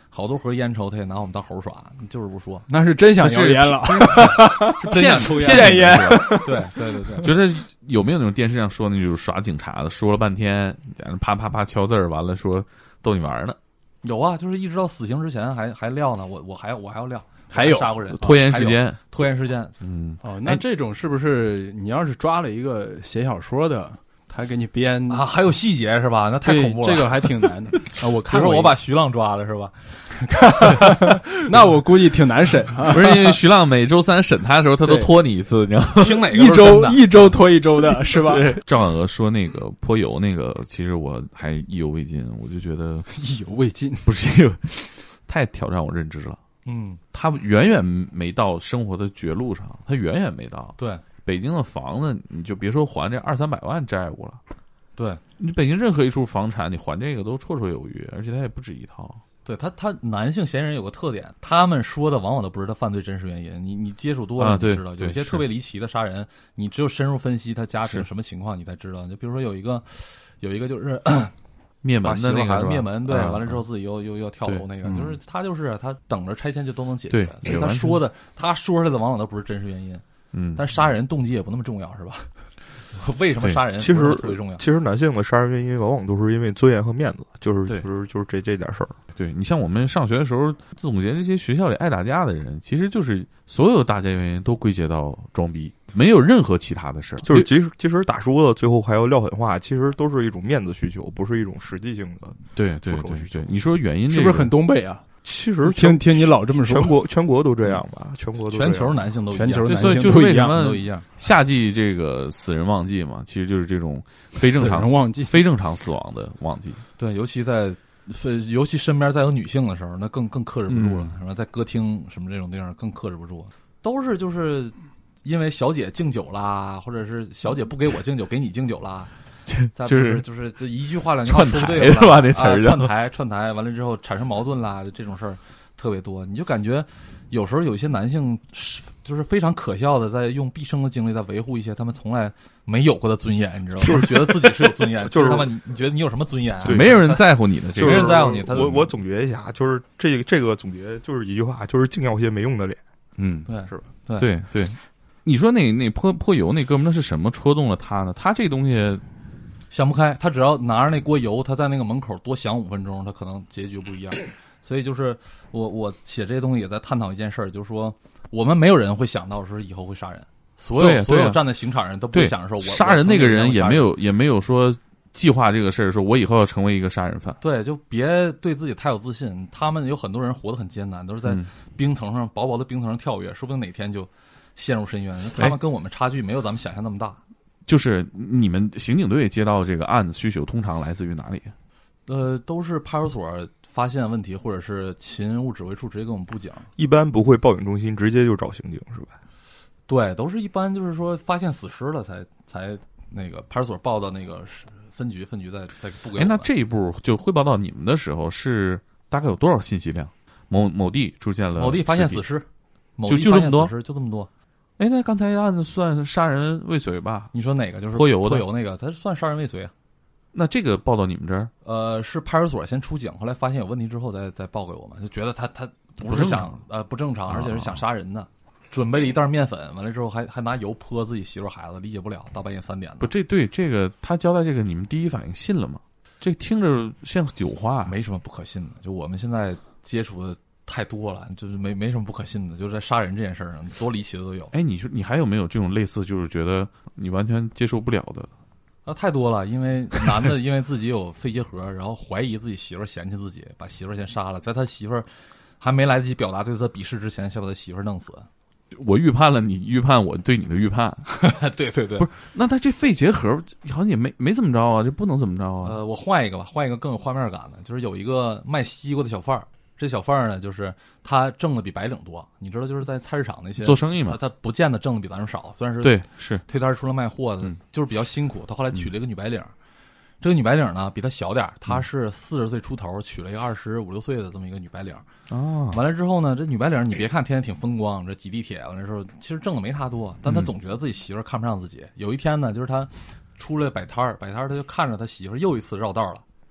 好多盒烟抽，他也拿我们当猴耍，就是不说， 那是真想要烟了， 是真想抽烟， 骗烟。 对对对对， 觉得有没有那种电视上说那种耍警察的，说了半天，啪啪啪敲字儿，完了说逗你玩呢？ 有啊，就是一直到死刑之前还撂呢，我还要撂， 还有杀过人， 拖延时间， 拖延时间。 哦，那这种是不是你要是抓了一个写小说的，他给你编啊？还有细节是吧？那太恐怖了， 这个还挺难的啊。我看过， 比如说我把徐浪抓了是吧？ 那我估计挺难审啊。 不是因为徐浪每周3审他的时候，他都拖你一次，你知道吗？ 听哪个一周拖一周的是吧？ 赵婉娥说那个泼油那个，其实我还意犹未尽，我就觉得意犹未尽， 不是太挑战我认知了。他远远没到生活的绝路上，他远远没到。 对， 北京的房子，你就别说还这200-300万债务了。 对， 你北京任何一处房产，你还这个都绰绰有余，而且他也不止一套。 对他男性嫌疑人有个特点，他们说的往往都不是他犯罪真实原因。你接触多了，你就知道，有些特别离奇的杀人，你只有深入分析他家庭什么情况，你才知道。就比如说有一个就是灭门的那个灭门，对，完了之后自己又要跳楼那个，就是他等着拆迁就都能解决。所以他说出来的往往都不是真实原因。但杀人动机也不那么重要，是吧？为什么杀人其实特别重要？ 其实男性的杀人原因往往都是因为尊严和面子，就是这点事儿。 对，你像我们上学的时候总结这些学校里爱打架的人，其实就是所有打架原因都归结到装逼，没有任何其他的事儿。 就是即使打输了，最后还要撂狠话，其实都是一种面子需求，不是一种实际性的对。你说原因是不是很东北啊？ 其实听你老这么说， 全国都这样吧？全球男性都一样， 全球男所以性就是为什么都一样。 夏季这个死人旺季嘛，其实就是这种非正常旺季、 非正常死亡的旺季。 对，尤其身边再有女性的时候，那更克制不住了，是吧？在歌厅什么这种地方更克制不住，都是就是因为小姐敬酒啦，或者是小姐不给我敬酒，给你敬酒啦。就是这一句话两句话串台是吧？那词儿串台完了之后产生矛盾啦，这种事儿特别多。你就感觉有时候有一些男性就是非常可笑的，在用毕生的精力在维护一些他们从来没有过的尊严，你知道吗？就是觉得自己是有尊严，就是他们你觉得你有什么尊严啊？ 没有人在乎你的， 没人在乎你。 我总结一下，就是这个总结就是一句话，就是净要些没用的脸。 对， 是吧？ 对。你说那泼油那哥们儿，那是什么戳动了他呢？他这东西想不开，他只要拿着那锅油，他在那个门口多想5分钟，他可能结局不一样。所以就是我写这些东西也在探讨一件事儿，就是说我们没有人会想到说以后会杀人，所有站在刑场人都不会想着说我杀人那个人也没有说计划这个事儿，说我以后要成为一个杀人犯。 对，就别对自己太有自信。他们有很多人活得很艰难，都是在冰层上薄薄的冰层上跳跃，说不定哪天就陷入深渊。他们跟我们差距没有咱们想象那么大。 就是你们刑警队接到这个案子需求，通常来自于哪里？ 都是派出所发现问题，或者是勤务指挥处直接给我们布警。 一般不会报警中心直接就找刑警是吧？ 对，都是一般就是说发现死尸了才那个派出所报到那个分局再布给我们。 那这一步就汇报到你们的时候是大概有多少信息量？某地出现了， 某地发现死尸， 就这么多， 就这么多。 那刚才案子算杀人未遂吧？ 你说哪个？就是泼油那个，他算杀人未遂啊。 那这个报到你们这儿？ 是派出所先出警，后来发现有问题之后再报给我们，就觉得他不是想不正常，而且是想杀人的。准备了一袋面粉，完了之后还拿油泼自己媳妇孩子，理解不了，大半夜3点的。 不，这个他交代这个，你们第一反应信了吗？这听着像酒话， 没什么不可信的。就我们现在接触的太多了，就是没什么不可信的，就是在杀人这件事儿上，多离奇的都有。 你说你还有没有这种类似，就是觉得你完全接受不了的？ 太多了，因为男的因为自己有肺结核，然后怀疑自己媳妇儿嫌弃自己，把媳妇儿先杀了，在他媳妇儿还没来得及表达对他鄙视之前，先把他媳妇儿弄死。 我预判了你预判我对你的预判。 对， 不是，那他这肺结核好像也没怎么着啊，这不能怎么着啊？ 我换一个吧，换一个更有画面感的，就是有一个卖西瓜的小贩儿。这小贩儿呢，就是他挣的比白领多。你知道，就是在菜市场那些做生意嘛， 他不见得挣的比咱们少。虽然是对是推摊出来卖货的，就是比较辛苦。他后来娶了一个女白领，这个女白领呢比他小点，她是40岁出头，娶了一个25、26岁的这么一个女白领。完了之后呢，这女白领你别看天天挺风光，这挤地铁完了之后，其实挣的没他多，但他总觉得自己媳妇儿看不上自己。有一天呢，就是他出来摆摊儿，他就看着他媳妇儿又一次绕道了。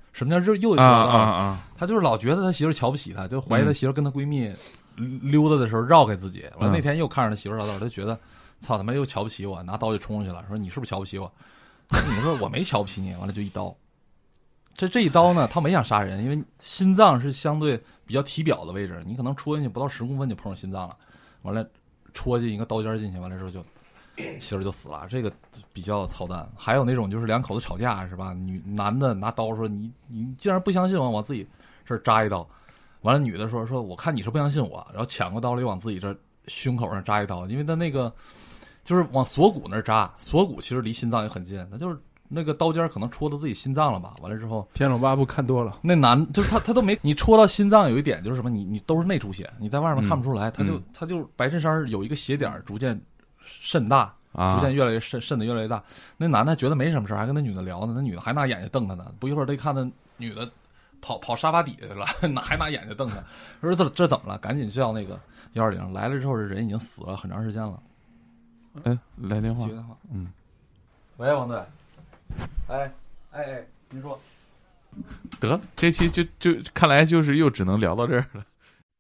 什么叫又有七八道？ 啊！ 他就是老觉得他媳妇瞧不起他，就怀疑他媳妇跟他闺蜜溜达的时候绕开自己。完了那天又看着他媳妇绕道，他就觉得操他妈又瞧不起我，拿刀就冲上去了，说你是不是瞧不起我？你说我没瞧不起你，完了就一刀。这一刀呢，他没想杀人，因为心脏是相对比较体表的位置，你可能戳进去不到10公分就碰上心脏了，完了戳进一个刀尖进去，完了之后就媳妇就死了，这个比较操蛋。还有那种就是两口子吵架是吧？男的拿刀说你既然不相信我，往自己这儿扎一刀，完了女的说我看你是不相信我，然后抢过刀来往自己这胸口上扎一刀，因为他那个就是往锁骨那儿扎，锁骨其实离心脏也很近，那就是那个刀尖可能戳到自己心脏了吧？完了之后， 天龙八部看多了， 那男就是他都没你戳到心脏，有一点就是什么，你都是内出血，你在外面看不出来，他就白衬衫有一个血点逐渐渗大，逐渐越来越渗的越来越大。那男的觉得没什么事，还跟那女的聊呢，那女的还拿眼睛瞪他呢。不一会儿，他一看那女的跑沙发底下去了，还拿眼睛瞪他，说这怎么了？赶紧叫那个120来了之后，这人已经死了很长时间了。 哎，来电话， 接电话，喂，王队。哎，您说， 得这期就看来就是又只能聊到这儿了。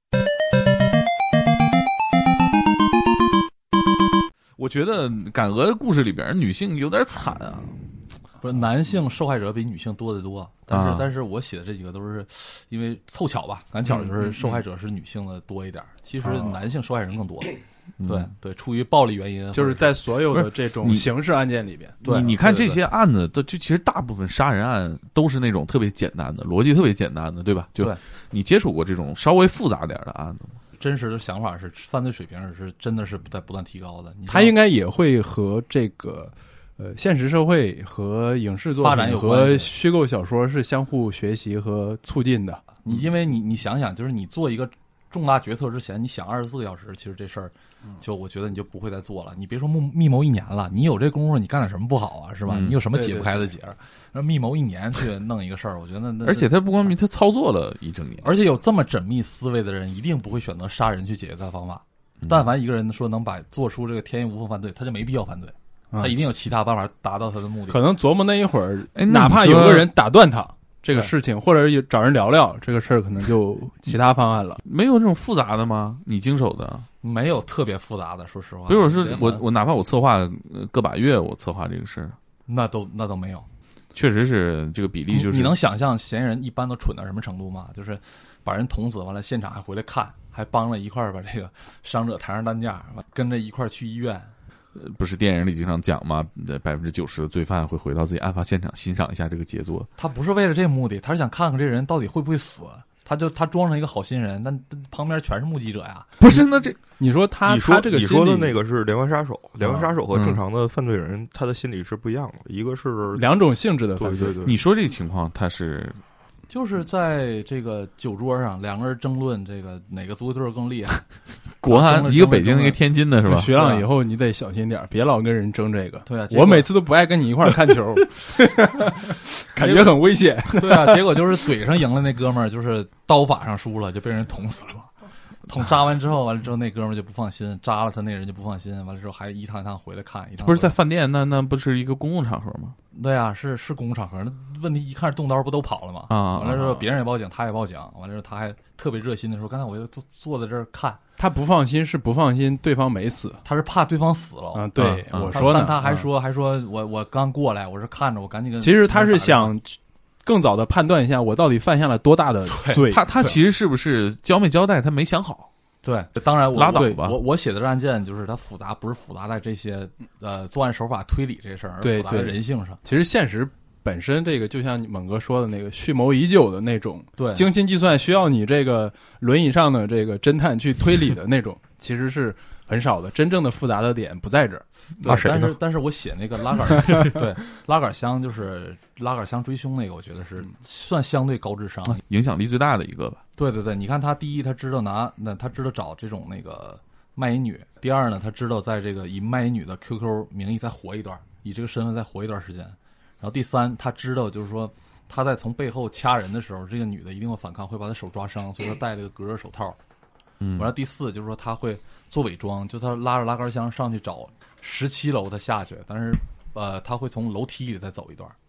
我觉得感俄的故事里边女性有点惨啊， 不是男性受害者比女性多得多，但是我写的这几个都是因为凑巧吧，赶巧就是受害者是女性的多一点，其实男性受害人更多。对，出于暴力原因， 就是在所有的这种刑事案件里边， 你看这些案子就其实大部分杀人案都是那种特别简单的逻辑特别简单的，对吧？就你接触过这种稍微复杂点的案子吗？ 真实的想法是犯罪水平是真的是在不断提高的， 他应该也会和这个现实社会和影视作品和虚构小说是相互学习和促进的。 因为你想想，就是你做一个重大决策之前，你想24个小时，其实这事儿就我觉得你就不会再做了。你别说密谋1年了，你有这功夫，你干点什么不好啊？是吧？你有什么解不开的结？那密谋1年去弄一个事儿，我觉得而且他不光他操作了一整年， 而且有这么缜密思维的人，一定不会选择杀人去解决他的方法。但凡一个人说能做出这个天衣无缝犯罪，他就没必要犯罪，他一定有其他办法达到他的目的。 可能琢磨那一会儿，哪怕有个人打断他这个事情，或者找人聊聊这个事儿，可能就其他方案了。 没有这种复杂的吗？你经手的没有特别复杂的，说实话。 比如说是我哪怕我策划个把月，我策划这个事儿， 那都没有。 确实是这个比例就是你能想象嫌疑人一般都蠢到什么程度吗？就是把人捅死，完了现场还回来看，还帮了一块儿把这个伤者抬上担架，跟着一块儿去医院。 不是电影里经常讲吗？90%的罪犯会回到自己案发现场欣赏一下这个杰作。 他不是为了这个目的，他是想看看这人到底会不会死。他装成一个好心人，但旁边全是目击者呀。 不是，那这你说他这个你说的那个是连环杀手，连环杀手和正常的犯罪人，他的心理是不一样的，一个是两种性质的犯罪。 对， 你说这个情况，他是就是在这个酒桌上，两个人争论这个哪个足球队更厉害。 国安一个北京一个天津的是吧？ 学长以后你得小心点，别老跟人争这个。 对啊， 我每次都不爱跟你一块儿看球，感觉很危险。 对啊，结果就是嘴上赢了那哥们儿，就是刀法上输了，就被人捅死了。扎完之后，那哥们儿就不放心，扎了他那人就不放心，完了之后还一趟一趟回来看一趟。 不是在饭店，那不是一个公共场合吗？ 对啊，是公共场合。那问题一看动刀不都跑了吗？完了之后别人也报警，他也报警。完了之后他还特别热心的说：“刚才我就坐在这儿看。” 他不放心是不放心对方没死， 他是怕对方死了。 对，我说呢， 但他还说我刚过来，我是看着我赶紧跟。 其实他是想更早的判断一下我到底犯下了多大的罪。 他其实是不是交没交代他没想好。 对，当然拉倒吧。 我写的案件就是它复杂，不是复杂在这些作案手法推理这事儿，而复杂在人性上。 其实现实本身这个就像猛哥说的那个蓄谋已久的那种， 对， 精心计算需要你这个轮椅上的这个侦探去推理的那种，其实是很少的。真正的复杂的点不在这儿。 但是我写那个拉杆对拉杆箱就是拉杆箱追凶那个，我觉得是算相对高智商， 影响力最大的一个吧。 对，你看他第一，他知道他知道找这种那个卖淫女；第二呢，他知道在这个以卖淫女的 QQ 名义再活一段，以这个身份再活一段时间。然后第三，他知道就是说他在从背后掐人的时候，这个女的一定会反抗，会把他手抓伤，所以他戴了个隔热手套。完了第四就是说他会做伪装，就他拉着拉杆箱上去找17楼，他下去，但是他会从楼梯里再走一段，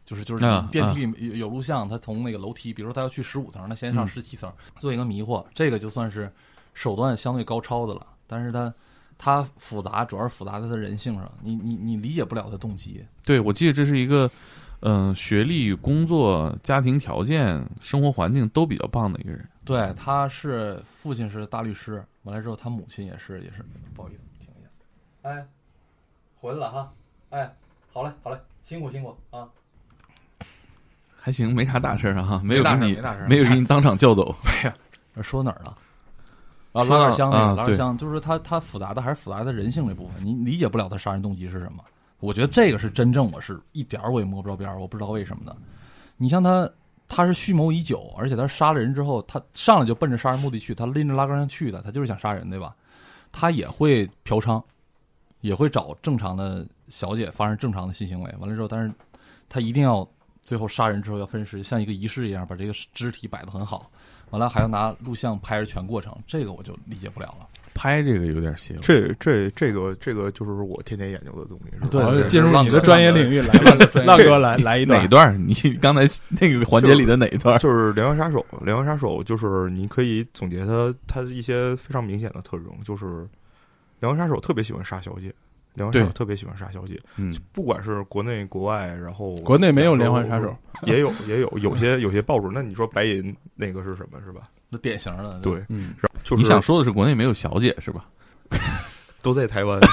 就是电梯里有录像，他从那个楼梯，比如说他要去15层，他先上17层，做一个迷惑，这个就算是手段相对高超的了。但是他复杂，主要是复杂在他人性上，你理解不了他动机。 对，我记得这是一个学历、工作、家庭条件、生活环境都比较棒的一个人。 对，他是父亲是大律师，完了之后他母亲也是，不好意思，停一下，哎，回来了哈，哎，好嘞，辛苦啊。 还行，没啥大事啊哈，没有给你当场叫走。 说哪儿了？啊，拉杆箱那个，拉杆箱就是他复杂的还是复杂的人性这部分，你理解不了他杀人动机是什么。我觉得这个是真正我是一点我也摸不着边儿，我不知道为什么的。你像他是蓄谋已久，而且他杀了人之后，他上来就奔着杀人目的去，他拎着拉杆箱去的，他就是想杀人，对吧？他也会嫖娼，也会找正常的小姐发生正常的性行为，完了之后，但是他一定要最后杀人之后要分尸，像一个仪式一样把这个肢体摆得很好，完了还要拿录像拍着全过程，这个我就理解不了了。 拍这个有点邪乎， 这个就是我天天研究的东西。 对，进入你的专业领域来吧，浪哥来一段。 哪一段？你刚才那个环节里的哪一段？ 就是连环杀手。连环杀手就是你可以总结他一些非常明显的特征，就是连环杀手特别喜欢杀小姐。连环杀手特别喜欢杀小姐，不管是国内国外，然后国内没有连环杀手， 也有些爆出。那你说白银那个是什么？是吧？ 那典型的， 对，就是你想说的是国内没有小姐是吧？ 都在台湾。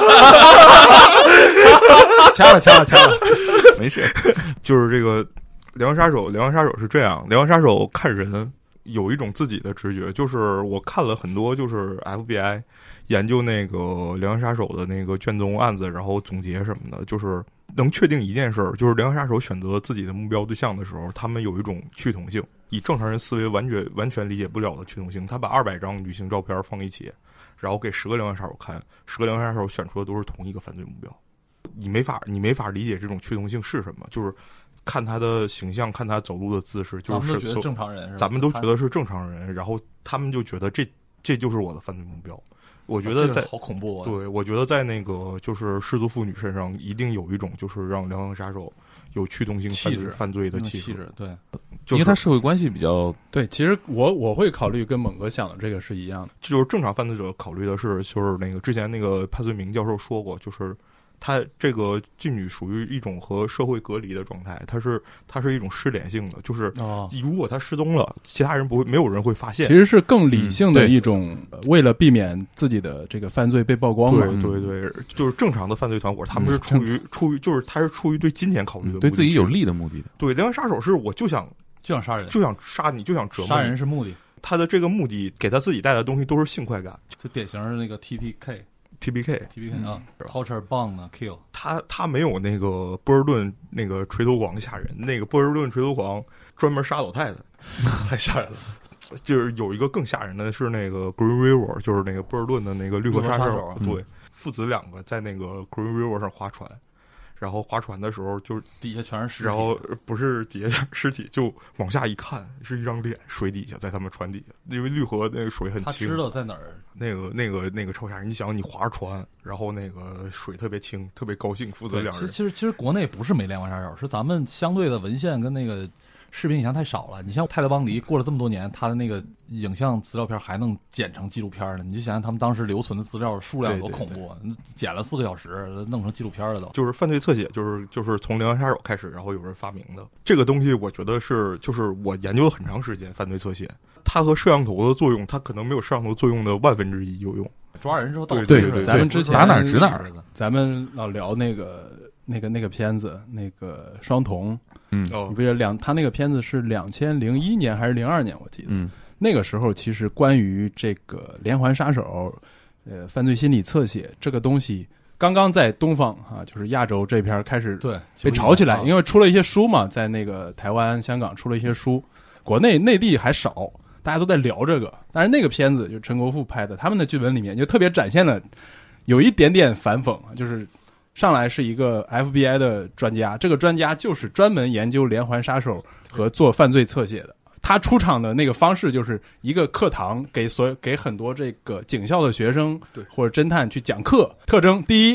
掐了， 没事。 就是这个连环杀手是这样，连环杀手看人有一种自己的直觉，就是我看了很多就是 FBI 研究那个连环杀手的那个卷宗案子，然后总结什么的，就是能确定一件事儿，就是连环杀手选择自己的目标对象的时候，他们有一种趋同性，以正常人思维完全理解不了的趋同性。他把200张女性照片放一起，然后给10个连环杀手看，10个连环杀手选出的都是同一个犯罪目标。你没法理解这种趋同性是什么，就是看他的形象，看他走路的姿势，就是咱们都觉得正常人， 咱们都觉得是正常人，然后他们就觉得这就是我的犯罪目标。我觉得好恐怖啊！ 对，我觉得在那个就是失足妇女身上，一定有一种就是让连环杀手有驱动性犯罪的气质。 对， 因为他社会关系比较对。其实我会考虑跟猛哥想的这个是一样的， 就是正常犯罪者考虑的是，就是那个之前那个潘绥铭教授说过，就是他这个妓女属于一种和社会隔离的状态，它是一种失联性的，就是如果他失踪了，其他人没有人会发现。 其实是更理性的一种，为了避免自己的这个犯罪被曝光嘛。 对，就是正常的犯罪团伙，他们是出于就是他是出于对金钱考虑的目的， 对自己有利的目的的。 对，连环杀手是我就想杀人， 就想杀你，就想折磨你。 杀人是目的， 他的这个目的给他自己带来的东西都是性快感， 就典型的那个 TBK 啊 ，torture bomb kill。 他没有那个波尔顿那个锤头狂吓人，那个波尔顿锤头狂专门杀老太太，太吓人了。就是有一个更吓人的是那个 Green River， 就是那个波尔顿的那个绿河杀手，对，父子2个在那个 Green River 上划船。然后划船的时候，就底下全是尸体， 然后不是底下尸体，就往下一看，是一张脸，水底下，在他们船底下，因为绿河那个水很清， 他知道在哪儿。 那个超吓人！你想，你划船，然后那个水特别清，特别高兴，父子2人。 其实国内不是没连环杀手，是咱们相对的文献跟那个视频影像太少了。你像泰勒邦迪过了这么多年，他的那个影像资料片还能剪成纪录片呢，你就想想他们当时留存的资料数量多恐怖啊！剪了4个小时，弄成纪录片了都。 就是犯罪侧写，就是从连环杀手开始，然后有人发明的这个东西，我觉得就是我研究了很长时间犯罪侧写，它和摄像头的作用，它可能没有摄像头作用的1/1000有用。 抓人之后对，咱们之前打哪儿指哪儿。 咱们老聊那个片子，那个双瞳，你不觉得他那个片子是2001年还是02年？我记得，那个时候其实关于这个连环杀手，犯罪心理侧写这个东西，刚刚在东方就是亚洲这边开始被炒起来，因为出了一些书嘛，在那个台湾、香港出了一些书，国内内地还少。大家都在聊这个，但是那个片子就陈国富拍的，他们的剧本里面就特别展现了有一点点反讽，就是上来是一个 FBI 的专家，这个专家就是专门研究连环杀手和做犯罪侧写的。他出场的那个方式就是一个课堂，给很多这个警校的学生或者侦探去讲课。特征第一，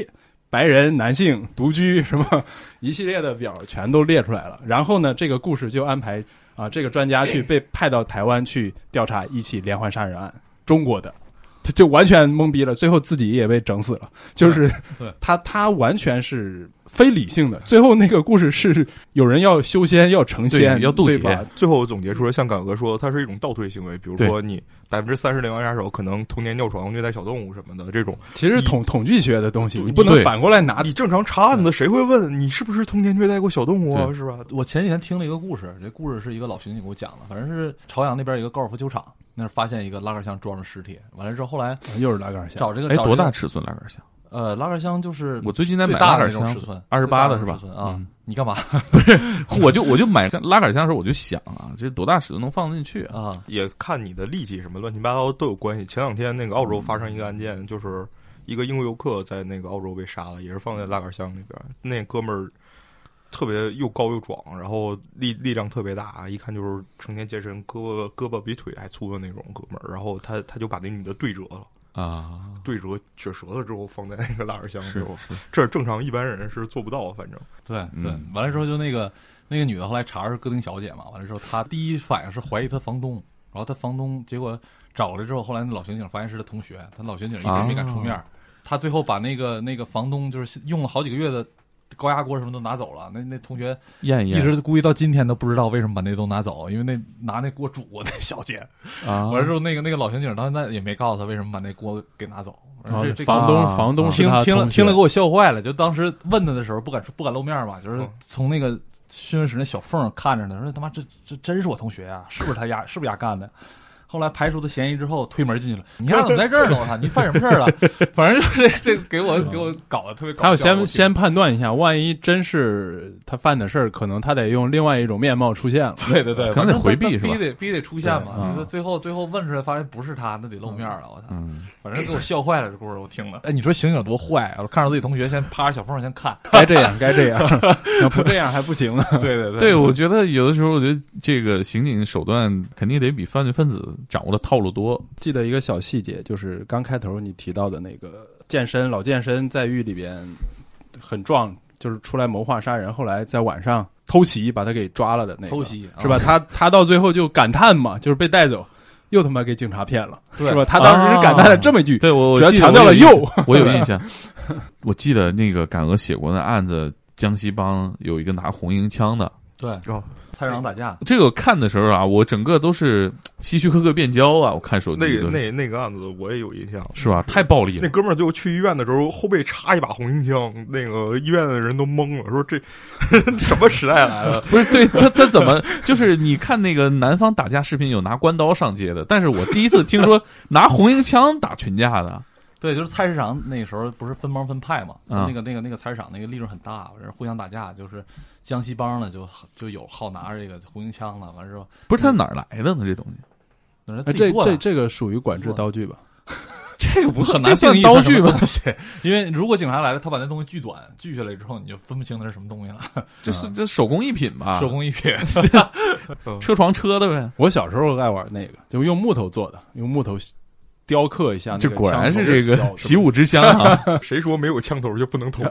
白人男性独居什么一系列的表全都列出来了。然后呢，这个故事就安排这个专家去被派到台湾去调查一起连环杀人案，中国的。他就完全懵逼了，最后自己也被整死了。就是对他完全是非理性的。最后那个故事是有人要修仙，要成仙， 对要渡劫对吧？ 最后总结出来，像敢哥说，它是一种倒退行为，比如说你30%连环杀手可能童年尿床、虐待小动物什么的这种， 其实统计学的东西，你不能反过来拿。 你正常查案子，谁会问你是不是童年虐待过小动物啊？是吧？ 我前几天听了一个故事，这故事是一个老刑警给我讲的，反正是朝阳那边一个高尔夫球场，那儿发现一个拉杆箱装着尸体，完了之后后来又是拉杆箱， 找这个多大尺寸拉杆箱？ 拉杆箱就是我最近在买最大的拉杆箱那种尺寸 ，28的是吧？ 啊，你干嘛？ 我就买拉杆箱的时候我就想啊，这多大尺寸能放进去啊？ 也看你的力气什么乱七八糟都有关系。前2天那个澳洲发生一个案件，就是一个英国游客在那个澳洲被杀了，也是放在拉杆箱里边。那哥们儿特别又高又壮，然后力量特别大，一看就是成天健身，胳膊比腿还粗的那种哥们儿。然后他就把那女的对折了。对折撅折了之后放在那个拉杆箱之后，这正常一般人是做不到，反正对，完了之后就那个女的后来查是歌丁小姐嘛，完了之后她第一反应是怀疑她房东，然后她房东结果找来之后，后来那老刑警发现是她同学，她老刑警一直没敢出面，他最后把那个房东就是用了好几个月的高压锅什么都拿走了，那同学一直估计到今天都不知道为什么把那都拿走，因为拿那锅煮过那小姐完了之后那个老刑警到现在也没告诉他为什么把那锅给拿走。 房东是他听了给我笑坏了，就当时问他的时候不敢露面嘛，就是从那个训问室那小缝看着呢，说他妈这真是我同学啊，是不是他干的？后来排除的嫌疑之后，推门进去了。你丫怎么在这儿呢？我操！你犯什么事儿了？反正就是这给我搞得特别搞笑。 他要先判断一下，万一真是他犯的事儿，可能他得用另外一种面貌出现了。 对， 可能得回避是吧？ 必须得出现嘛。最后问出来发现不是他，那得露面了。我操！反正给我笑坏了，这故事我听了。哎，你说刑警多坏啊！我看着自己同学先趴着小缝先看， 该这样，要不这样还不行呢。 对， 我觉得有的时候，我觉得这个刑警手段肯定得比犯罪分子掌握的套路多。 记得一个小细节，就是刚开头你提到的那个老健身在狱里边很壮，就是出来谋划杀人，后来在晚上偷袭把他给抓了的那个， 偷袭是吧？他到最后就感叹嘛，就是被带走，又他妈给警察骗了，是吧？他当时是感叹了这么一句， 对我主要强调了又， 我有印象。我记得那个敢鹅写过的案子，江西帮有一个拿红缨枪的， 对，菜市场打架， 这个看的时候啊，我整个都是希区柯克变焦啊！我看手机那个案子我也有印象， 是吧？太暴力了。 那哥们儿最后去医院的时候，后背插一把红缨枪，那个医院的人都懵了，说这什么时代来了？ 不是，对他怎么就是你看那个南方打架视频有拿关刀上街的，但是我第一次听说拿红缨枪打群架的。 对，就是菜市场那个时候不是分帮分派嘛，那个菜市场那个利润很大，互相打架，就是江西帮呢就有好拿这个红缨枪了，完之后不是他哪儿来的呢？这东西， 这个属于管制刀具吧？ 这个不很难定义刀具吧？ 因为如果警察来了，他把那东西锯短锯下来之后，你就分不清那是什么东西了。 就是这手工艺品吧？ 手工艺品， 车床车的呗。 我小时候爱玩那个，就用木头做的，用木头雕刻一下， 这果然是这个习武之乡啊！ 谁说没有枪头就不能捅？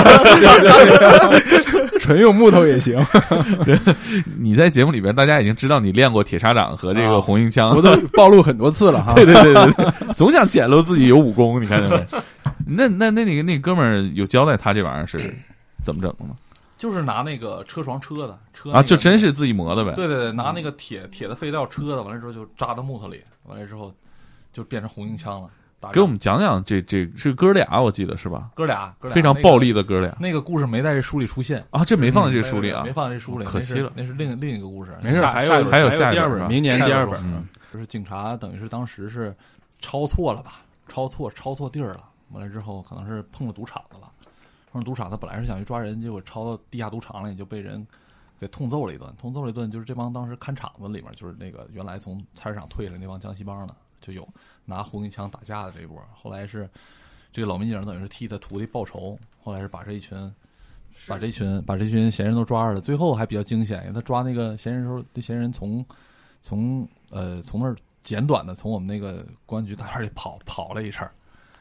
纯用木头也行。 你在节目里边，大家已经知道你练过铁砂掌和这个红缨枪， 我都暴露很多次了哈。 对，总想显露自己有武功，你看见没？那哥们儿有交代他这玩意儿是怎么整的吗？ 就是拿那个车床车的车啊，就真是自己磨的呗。 对，拿那个铁的废料车的，完了之后就扎到木头里，完了之后就变成红缨枪了。 给我们讲讲，这是哥俩，我记得是吧？ 哥俩非常暴力的哥俩。 那个故事没在这书里出现啊，这没放在这书里啊， 没放在这书里， 可惜了。 那是另一个故事。 没事，还有下第二本，明年第二本。 就是警察等于是当时是抄错了吧？抄错地儿了。完了之后可能是碰了赌场的了。碰了赌场，他本来是想去抓人，结果抄到地下赌场里，就被人给痛揍了一顿。就是这帮当时看场子里面，就是那个原来从菜市场退了那帮江西帮的，就有拿红缨枪打架的这一波。后来是这个老民警等于是替他徒弟报仇，后来是把这群嫌疑人都抓着了。最后还比较惊险，因为他抓那个嫌疑人的时候，这嫌疑人从那儿简短的从我们那个公安局大院里跑了一阵儿，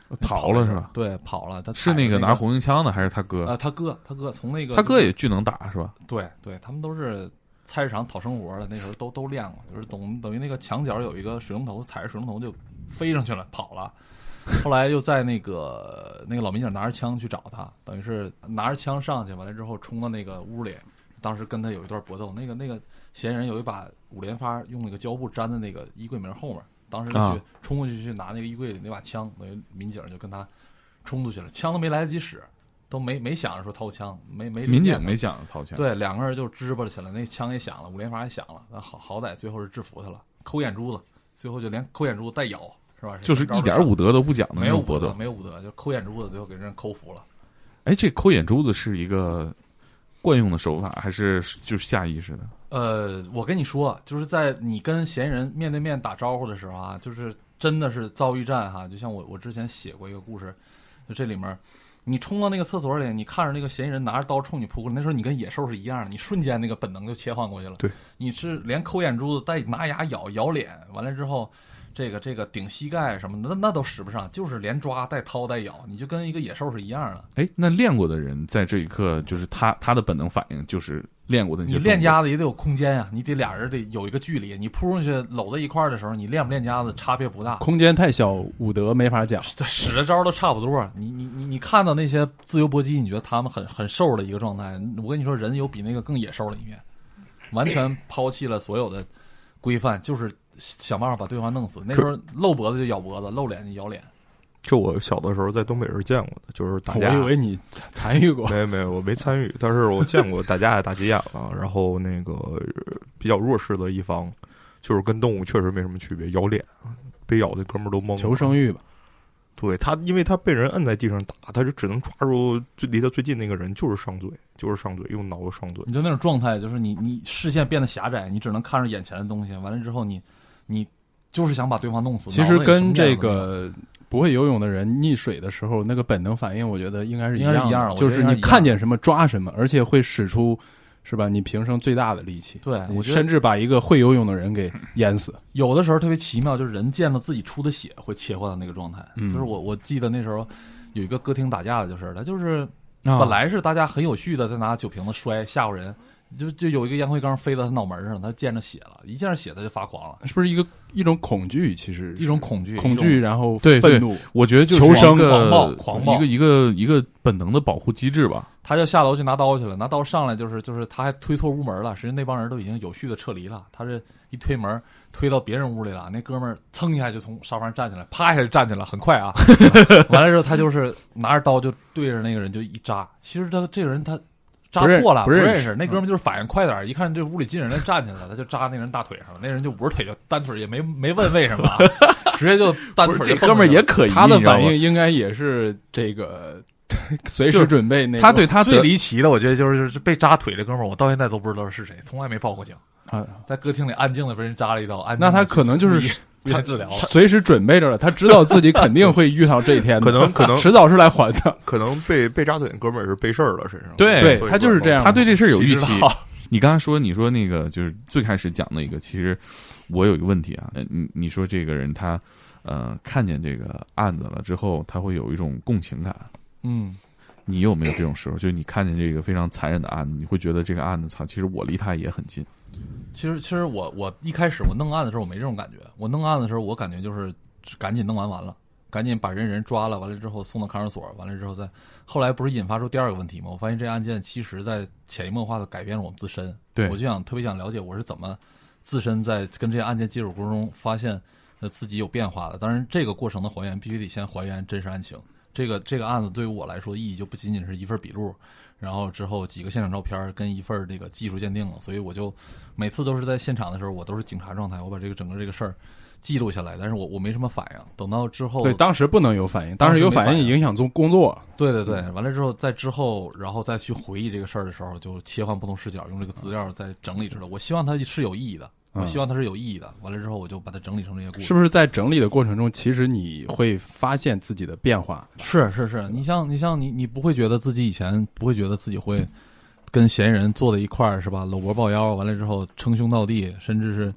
逃了是吧？ 对，跑了。他是那个拿红缨枪的还是他哥？ 他哥从那个他哥也巨能打是吧？ 对，他们都是菜市场讨生活的，那时候都练过，就是等于那个墙角有一个水龙头，踩着水龙头就飞上去了，跑了。后来又在那个老民警拿着枪去找他，等于是拿着枪上去，完了之后冲到那个屋里，当时跟他有一段搏斗。那个嫌疑人有一把5连发，用那个胶布粘在那个衣柜门后面，当时就去冲过去拿那个衣柜里那把枪，等于民警就跟他冲出去了，枪都没来得及使，都没想着说掏枪，没民警没想着掏枪， 对，两个人就支巴了起来，那枪也响了，5连发也响了，好歹最后是制服他了，抠眼珠子，最后就连抠眼珠子带咬。是吧？ 就是一点武德都不讲的那种搏斗， 没有武德，就抠眼珠子，最后给人抠服了。 哎，这抠眼珠子是一个惯用的手法，还是就是下意识的？ 我跟你说，就是在你跟嫌疑人面对面打招呼的时候啊，就是真的是遭遇战哈。就像我之前写过一个故事，就这里面，你冲到那个厕所里，你看着那个嫌疑人拿着刀冲你扑过来，那时候你跟野兽是一样的，你瞬间那个本能就切换过去了。 对， 你是连抠眼珠子带拿牙咬脸，完了之后。这个顶膝盖什么的，那都使不上，就是连抓带掏带咬，你就跟一个野兽是一样的。 哎，那练过的人在这一刻，就是他的本能反应就是练过的那些。 你练家子也得有空间呀，你得俩人得有一个距离，你扑上去搂在一块儿的时候，你练不练家子差别不大。 空间太小，武德没法讲， 使的招都差不多。你看到那些自由搏击，你觉得他们很瘦的一个状态，我跟你说，人有比那个更野兽的一面，完全抛弃了所有的规范，就是想办法把对方弄死。那时候露脖子就咬脖子，露脸就咬脸。 这我小的时候在东北是见过的，就是打架。 我以为你参与过， 没有，我没参与，但是我见过打架也打急眼了。然后那个比较弱势的一方，就是跟动物确实没什么区别，咬脸，被咬的哥们儿都懵了。 求生欲吧。 对他，因为他被人摁在地上打，他就只能抓住离他最近那个人，就是上嘴，用脑子上嘴。 你就那种状态，就是你视线变得狭窄，你只能看着眼前的东西。完了之后你就是想把对方弄死。 其实跟这个不会游泳的人溺水的时候那个本能反应，我觉得应该是一样的，就是你看见什么抓什么，而且会使出。是吧？你平生最大的力气， 对，我甚至把一个会游泳的人给淹死。 有的时候特别奇妙，就是人见到自己出的血会切换到那个状态。就是我记得那时候有一个歌厅打架的，就是他就是本来是大家很有序的在拿酒瓶子摔吓唬人，就有一个烟灰缸飞到他脑门上，他见着血了，一见着血他就发狂了。 是不是一种恐惧？其实一种恐惧，然后愤怒。 我觉得就是求生狂暴， 一个本能的保护机制吧。 他就下楼去拿刀去了，拿刀上来就是他还推错屋门了，实际那帮人都已经有序的撤离了，他这一推门推到别人屋里了，那哥们儿噌一下就从沙发上站起来，啪一下就站起来，很快啊。完了之后他就是拿着刀就对着那个人就一扎，其实他这个人他扎错了，不认识。那哥们儿就是反应快点，一看这屋里进人，他站起来了，他就扎那人大腿上了，那人就捂着腿就单腿，也没问为什么，直接就单腿。 这哥们儿也可疑， 他的反应应该也是这个。随时准备那他对他最离奇的，我觉得就是被扎腿这哥们儿，我到现在都不知道是谁，从来没报过警啊，在歌厅里安静的被人扎了一刀， 那他可能就是他治疗， 随时准备着了，他知道自己肯定会遇到这一天的， 可能迟早是来还的， 可能被扎腿的哥们儿是背事儿了身上， 对他就是这样， 他对这事儿有预期。你刚才你说那个就是最开始讲那个，其实我有一个问题啊，你说这个人他看见这个案子了之后，他会有一种共情感，你有没有这种时候？就是你看见这个非常残忍的案子，你会觉得这个案子，其实我离他也很近。 其实我一开始我弄案的时候我没这种感觉，我弄案的时候我感觉就是赶紧弄完了，赶紧把人抓了，完了之后送到看守所，完了之后后来不是引发出第二个问题吗？我发现这案件其实在潜移默化的改变了我们自身。 对， 我就特别想了解我是怎么自身在跟这些案件接触过程中发现自己有变化的。当然这个过程的还原必须得先还原真实案情。这个案子对于我来说意义就不仅仅是一份笔录，然后之后几个现场照片跟一份这个技术鉴定了，所以我就每次都是在现场的时候我都是警察状态，我把整个这个事儿记录下来，但是我没什么反应，等到之后对当时不能有反应，当时有反应影响工作。 对，完了之后在之后然后再去回忆这个事儿的时候，就切换不同视角，用这个资料再整理出来，我希望它是有意义的。我希望它是有意义的，完了之后我就把它整理成这些故事。 是不是在整理的过程中，其实你会发现自己的变化？ 是，你像你不会觉得自己以前不会觉得自己会跟嫌疑人坐在一块儿是吧？搂脖抱腰，完了之后称兄道弟，甚至是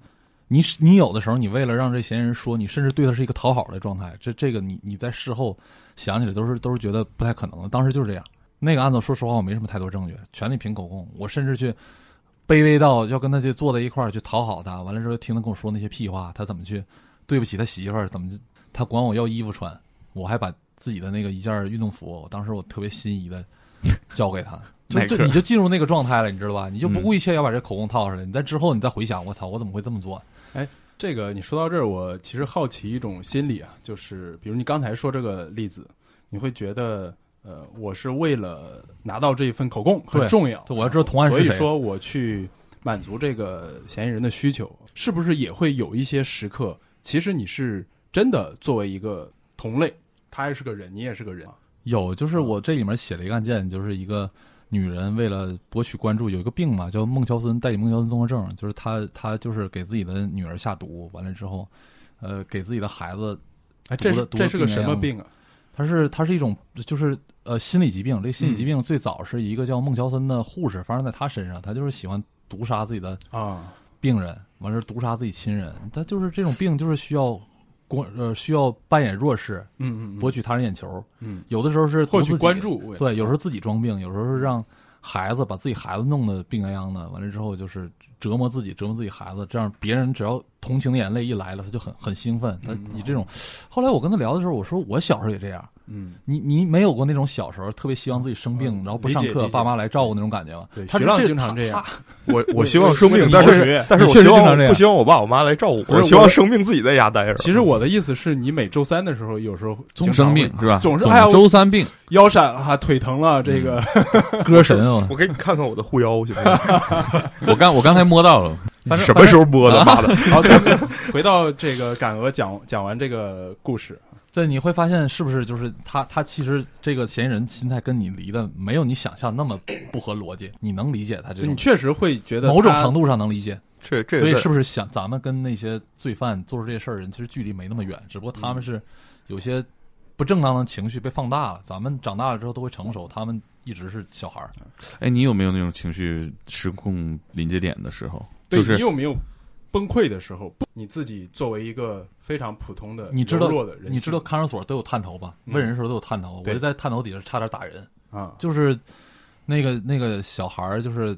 你有的时候你为了让这嫌疑人说，你甚至对他是一个讨好的状态，这个你在事后想起来都是觉得不太可能的。当时就是这样。那个案子说实话我没什么太多证据，全得凭口供。我甚至去卑微到要跟他去坐在一块儿去讨好他，完了之后听他跟我说那些屁话，他怎么去对不起他媳妇儿，怎么他管我要衣服穿，我还把自己的那个一件运动服，当时我特别心仪的交给他。就你就进入那个状态了，你知道吧？你就不顾一切要把这口供套上来。你在之后你再回想，我操，我怎么会这么做？ 哎，这个你说到这儿，我其实好奇一种心理啊，就是比如你刚才说这个例子，你会觉得我是为了拿到这一份口供很重要， 对，我要知道同案是谁， 所以说我去满足这个嫌疑人的需求，是不是也会有一些时刻，其实你是真的作为一个同类，他也是个人，你也是个人。 有，就是我这里面写了一个案件，就是一个女人为了博取关注，有一个病嘛，叫孟乔森代理孟乔森综合症，就是她就是给自己的女儿下毒，完了之后，给自己的孩子， 这是个什么病啊？ 它是一种就是心理疾病。这个心理疾病最早是一个叫孟乔森的护士发生在她身上，她就是喜欢毒杀自己的病人，完了毒杀自己亲人。她就是这种病，就是需要扮演弱势，博取他人眼球，有的时候是获取关注， 对，有时候自己装病，有时候是让孩子把自己孩子弄得病殃殃的，完了之后就是折磨自己孩子，这样别人只要同情的眼泪一来了，他就很兴奋。他以这种，后来我跟他聊的时候，我说我小时候也这样。你没有过那种小时候特别希望自己生病，然后不上课，爸妈来照顾那种感觉吗？ 对，徐浪经常这样。 我希望生病，但是我不希望我爸我妈来照顾我，希望生病自己在家待着。 其实我的意思是你每周三的时候，有时候总生病是吧？ 总是周三病， 腰闪了，腿疼了，这个歌神啊！ 我给你看看我的护腰行吗？ 我刚才摸到了， 什么时候摸的？妈的！ 好，咱们回到这个感俄讲完这个故事。 对，你会发现是不是就是他其实这个嫌疑人心态跟你离的没有你想象那么不合逻辑，你能理解他这种， 你确实会觉得某种程度上能理解。 这所以是不是想咱们跟那些罪犯做出这些事儿人其实距离没那么远，只不过他们是有些不正当的情绪被放大了，咱们长大了之后都会成熟，他们一直是小孩儿。 哎，你有没有那种情绪失控临界点的时候？ 对， 就是你有没有崩溃的时候？你自己作为一个非常普通的、柔弱的人， 你知道看守所都有探头吧？问人的时候都有探头，我就在探头底下差点打人啊！ 就是那个小孩儿，就是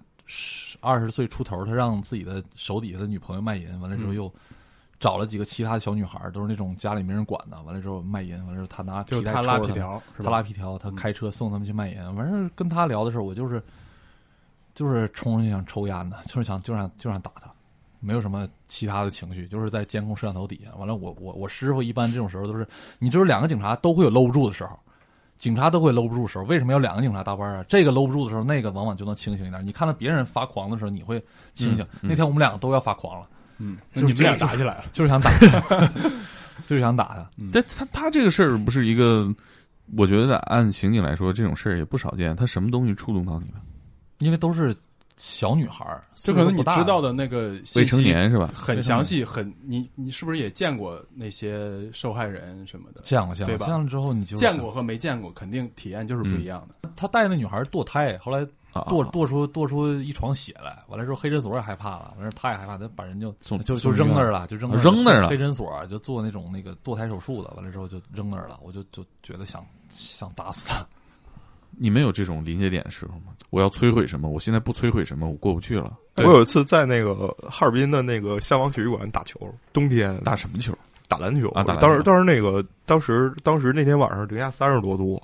20岁出头，他让自己的手底下的女朋友卖淫，完了之后又找了几个其他的小女孩，都是那种家里没人管的，完了之后卖淫，完了之后他拿皮带抽他拉皮条， 他拉皮条，他开车送他们去卖淫。完事跟他聊的时候，我就是冲上去想抽烟的，就是想打他。没有什么其他的情绪，就是在监控摄像头底下。完了，我师傅一般这种时候都是，你知道两个警察都会有搂不住的时候，警察都会搂不住的时候。为什么要两个警察搭班啊？这个搂不住的时候，那个往往就能清醒一点。你看到别人发狂的时候，你会清醒。那天我们两个都要发狂了， 就是你们俩打起来了， 就是想打，就是想打他。 他这个事儿不是一个，我觉得按刑警来说，这种事儿也不少见。他什么东西触动到你了？ 因为都是小女孩， 就可能你知道的那个未成年是吧？ 很详细，你是不是也见过那些受害人什么的？ 见过， 对吧？ 见了之后，你就见过和没见过，肯定体验就是不一样的。 他带那女孩堕胎，后来堕出一床血来，完了之后黑诊所也害怕了，完了他也害怕，他把人就扔那儿了，就扔那儿了。黑诊所就做那种堕胎手术的，完了之后就扔那儿了。我就觉得想打死他。 你们有这种临界点的时候吗？我要摧毁什么？我现在不摧毁什么，我过不去了。 我有一次在那个哈尔滨的那个襄王体育馆打球，冬天打什么球？ 打篮球啊！ 当时那天晚上零下30多度，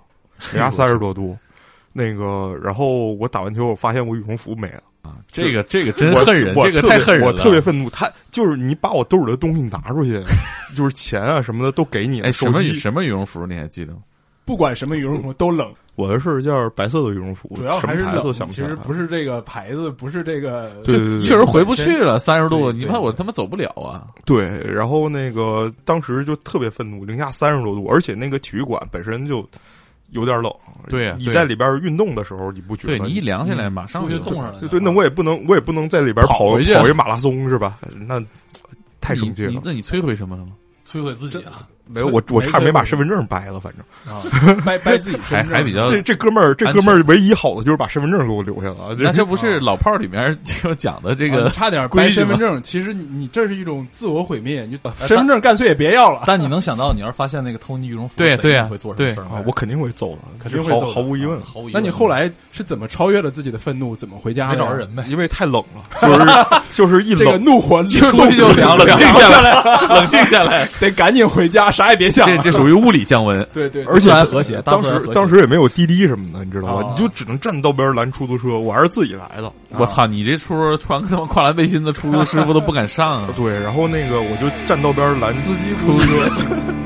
那个，然后我打完球，我发现我羽绒服没了啊！这个真恨人，这个太恨人了。 我特别愤怒，他就是你把我兜里的东西拿出去，就是钱啊什么的都给你。 哎，什么羽绒服你还记得吗？ 不管什么羽绒服都冷。 我的是件白色的羽绒服， 主要还是冷。 想不起来， 其实不是这个牌子，不是这个， 对， 确实回不去了，30度，你看我他妈走不了啊！ 对，然后那个当时就特别愤怒，零下30多度，而且那个体育馆本身就有点冷。 对， 你在里边运动的时候，你不觉得？ 对你一凉下来，马上就冻上了。 对，那我也不能在里边跑一马拉松是吧？那太生气了。 那你摧毁什么了吗？ 摧毁自己啊！ 没有，我差点没把身份证掰了，反正啊，掰自己身份证还比较这哥们儿唯一好的就是把身份证给我留下了。 那这不是老炮儿里面就讲的这个差点掰身份证，其实你这是一种自我毁灭，你身份证干脆也别要了。 但你能想到，你要是发现那个偷你羽绒服， 对啊， 会做什么事儿吗？ 我肯定会揍的， 肯定会揍， 毫无疑问。 那你后来是怎么超越了自己的愤怒？怎么回家？ 没找着人呗， 因为太冷了，就是一冷， 这个怒火就凉了，冷静下来，冷静下来， 得赶紧回家，啥也别想。 这属于物理降温。 对， 而且和谐。 当时也没有滴滴什么的，你知道吧？你就只能站道边拦出租车，我还是自己来的。 我操，你这出穿他妈跨栏背心的出租师傅都不敢上啊！ 对，然后那个我就站道边拦司机出租车。